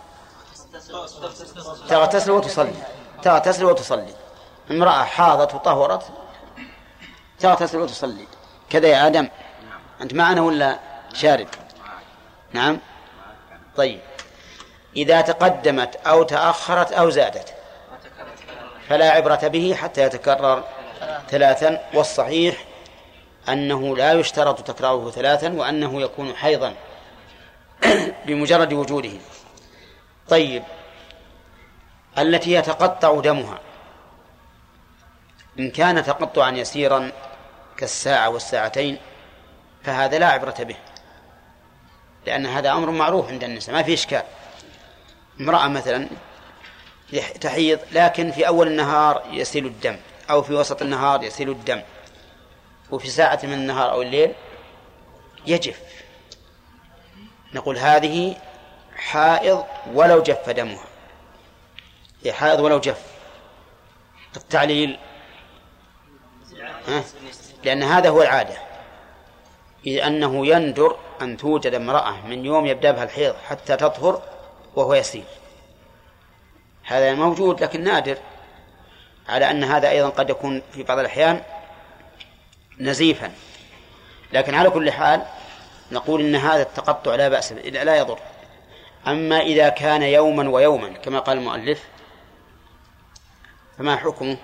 تغتسل وتصلي. امرأة حاضت وطهرت تغتسل وتصلي. كذا يا آدم، أنت معنا ولا شارب؟ نعم. طيب، إذا تقدمت أو تأخرت أو زادت فلا عبرة به حتى يتكرر 3. والصحيح أنه لا يشترط تكراره 3، وأنه يكون حيضا بمجرد وجوده. طيب، التي يتقطع دمها إن كان تقطعا يسيرا كالساعة والساعتين فهذا لا عبرة به، لأن هذا أمر معروف عند النساء ما فيه إشكال. امرأة مثلا تحيض لكن في أول النهار يسيل الدم، أو في وسط النهار يسيل الدم، وفي ساعة من النهار أو الليل يجف، نقول هذه حائض ولو جف دمها، هي حائض ولو جف. التعليل لأن هذا هو العادة، إذ أنه يندر أن توجد امرأة من يوم يبدأ بها الحيض حتى تطهر وهو يسيل. هذا موجود لكن نادر، على أن هذا أيضا قد يكون في بعض الأحيان نزيفا. لكن على كل حال نقول إن هذا التقطع لا بأس، لا يضر. أما إذا كان يوما ويوما كما قال المؤلف فما حكمه؟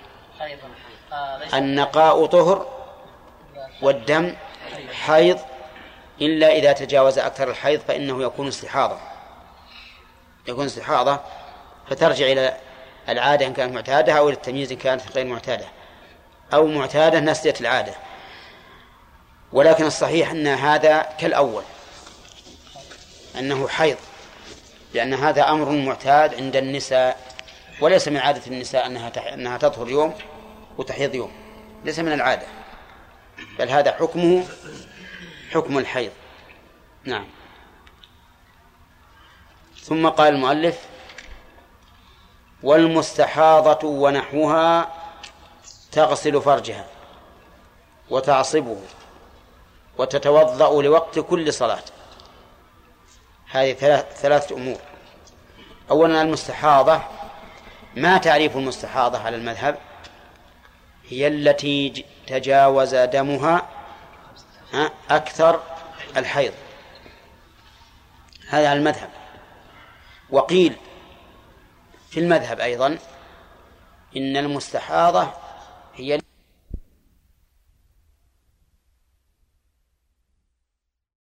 النقاء طهر والدم حيض، إلا إذا تجاوز أكثر الحيض فإنه يكون استحاضة، فترجع إلى العادة إن كانت معتادة، أو إلى التمييز إن كانت غير معتادة، أو معتادة نسيت العادة. ولكن الصحيح أن هذا كالأول، أنه حيض، لأن هذا أمر معتاد عند النساء، وليس من عادة النساء أنها تطهر يوم وتحيض يوم، ليس من العادة، بل هذا حكمه حكم الحيض. نعم. ثم قال المؤلف: والمستحاضة ونحوها تغسل فرجها وتعصبه وتتوضأ لوقت كل صلاة. هذه 3 أمور. أولا، المستحاضة، ما تعريف المستحاضة على المذهب؟ هي التي تجاوز دمها أكثر الحيض، هذا على المذهب. وقيل في المذهب أيضا إن المستحاضة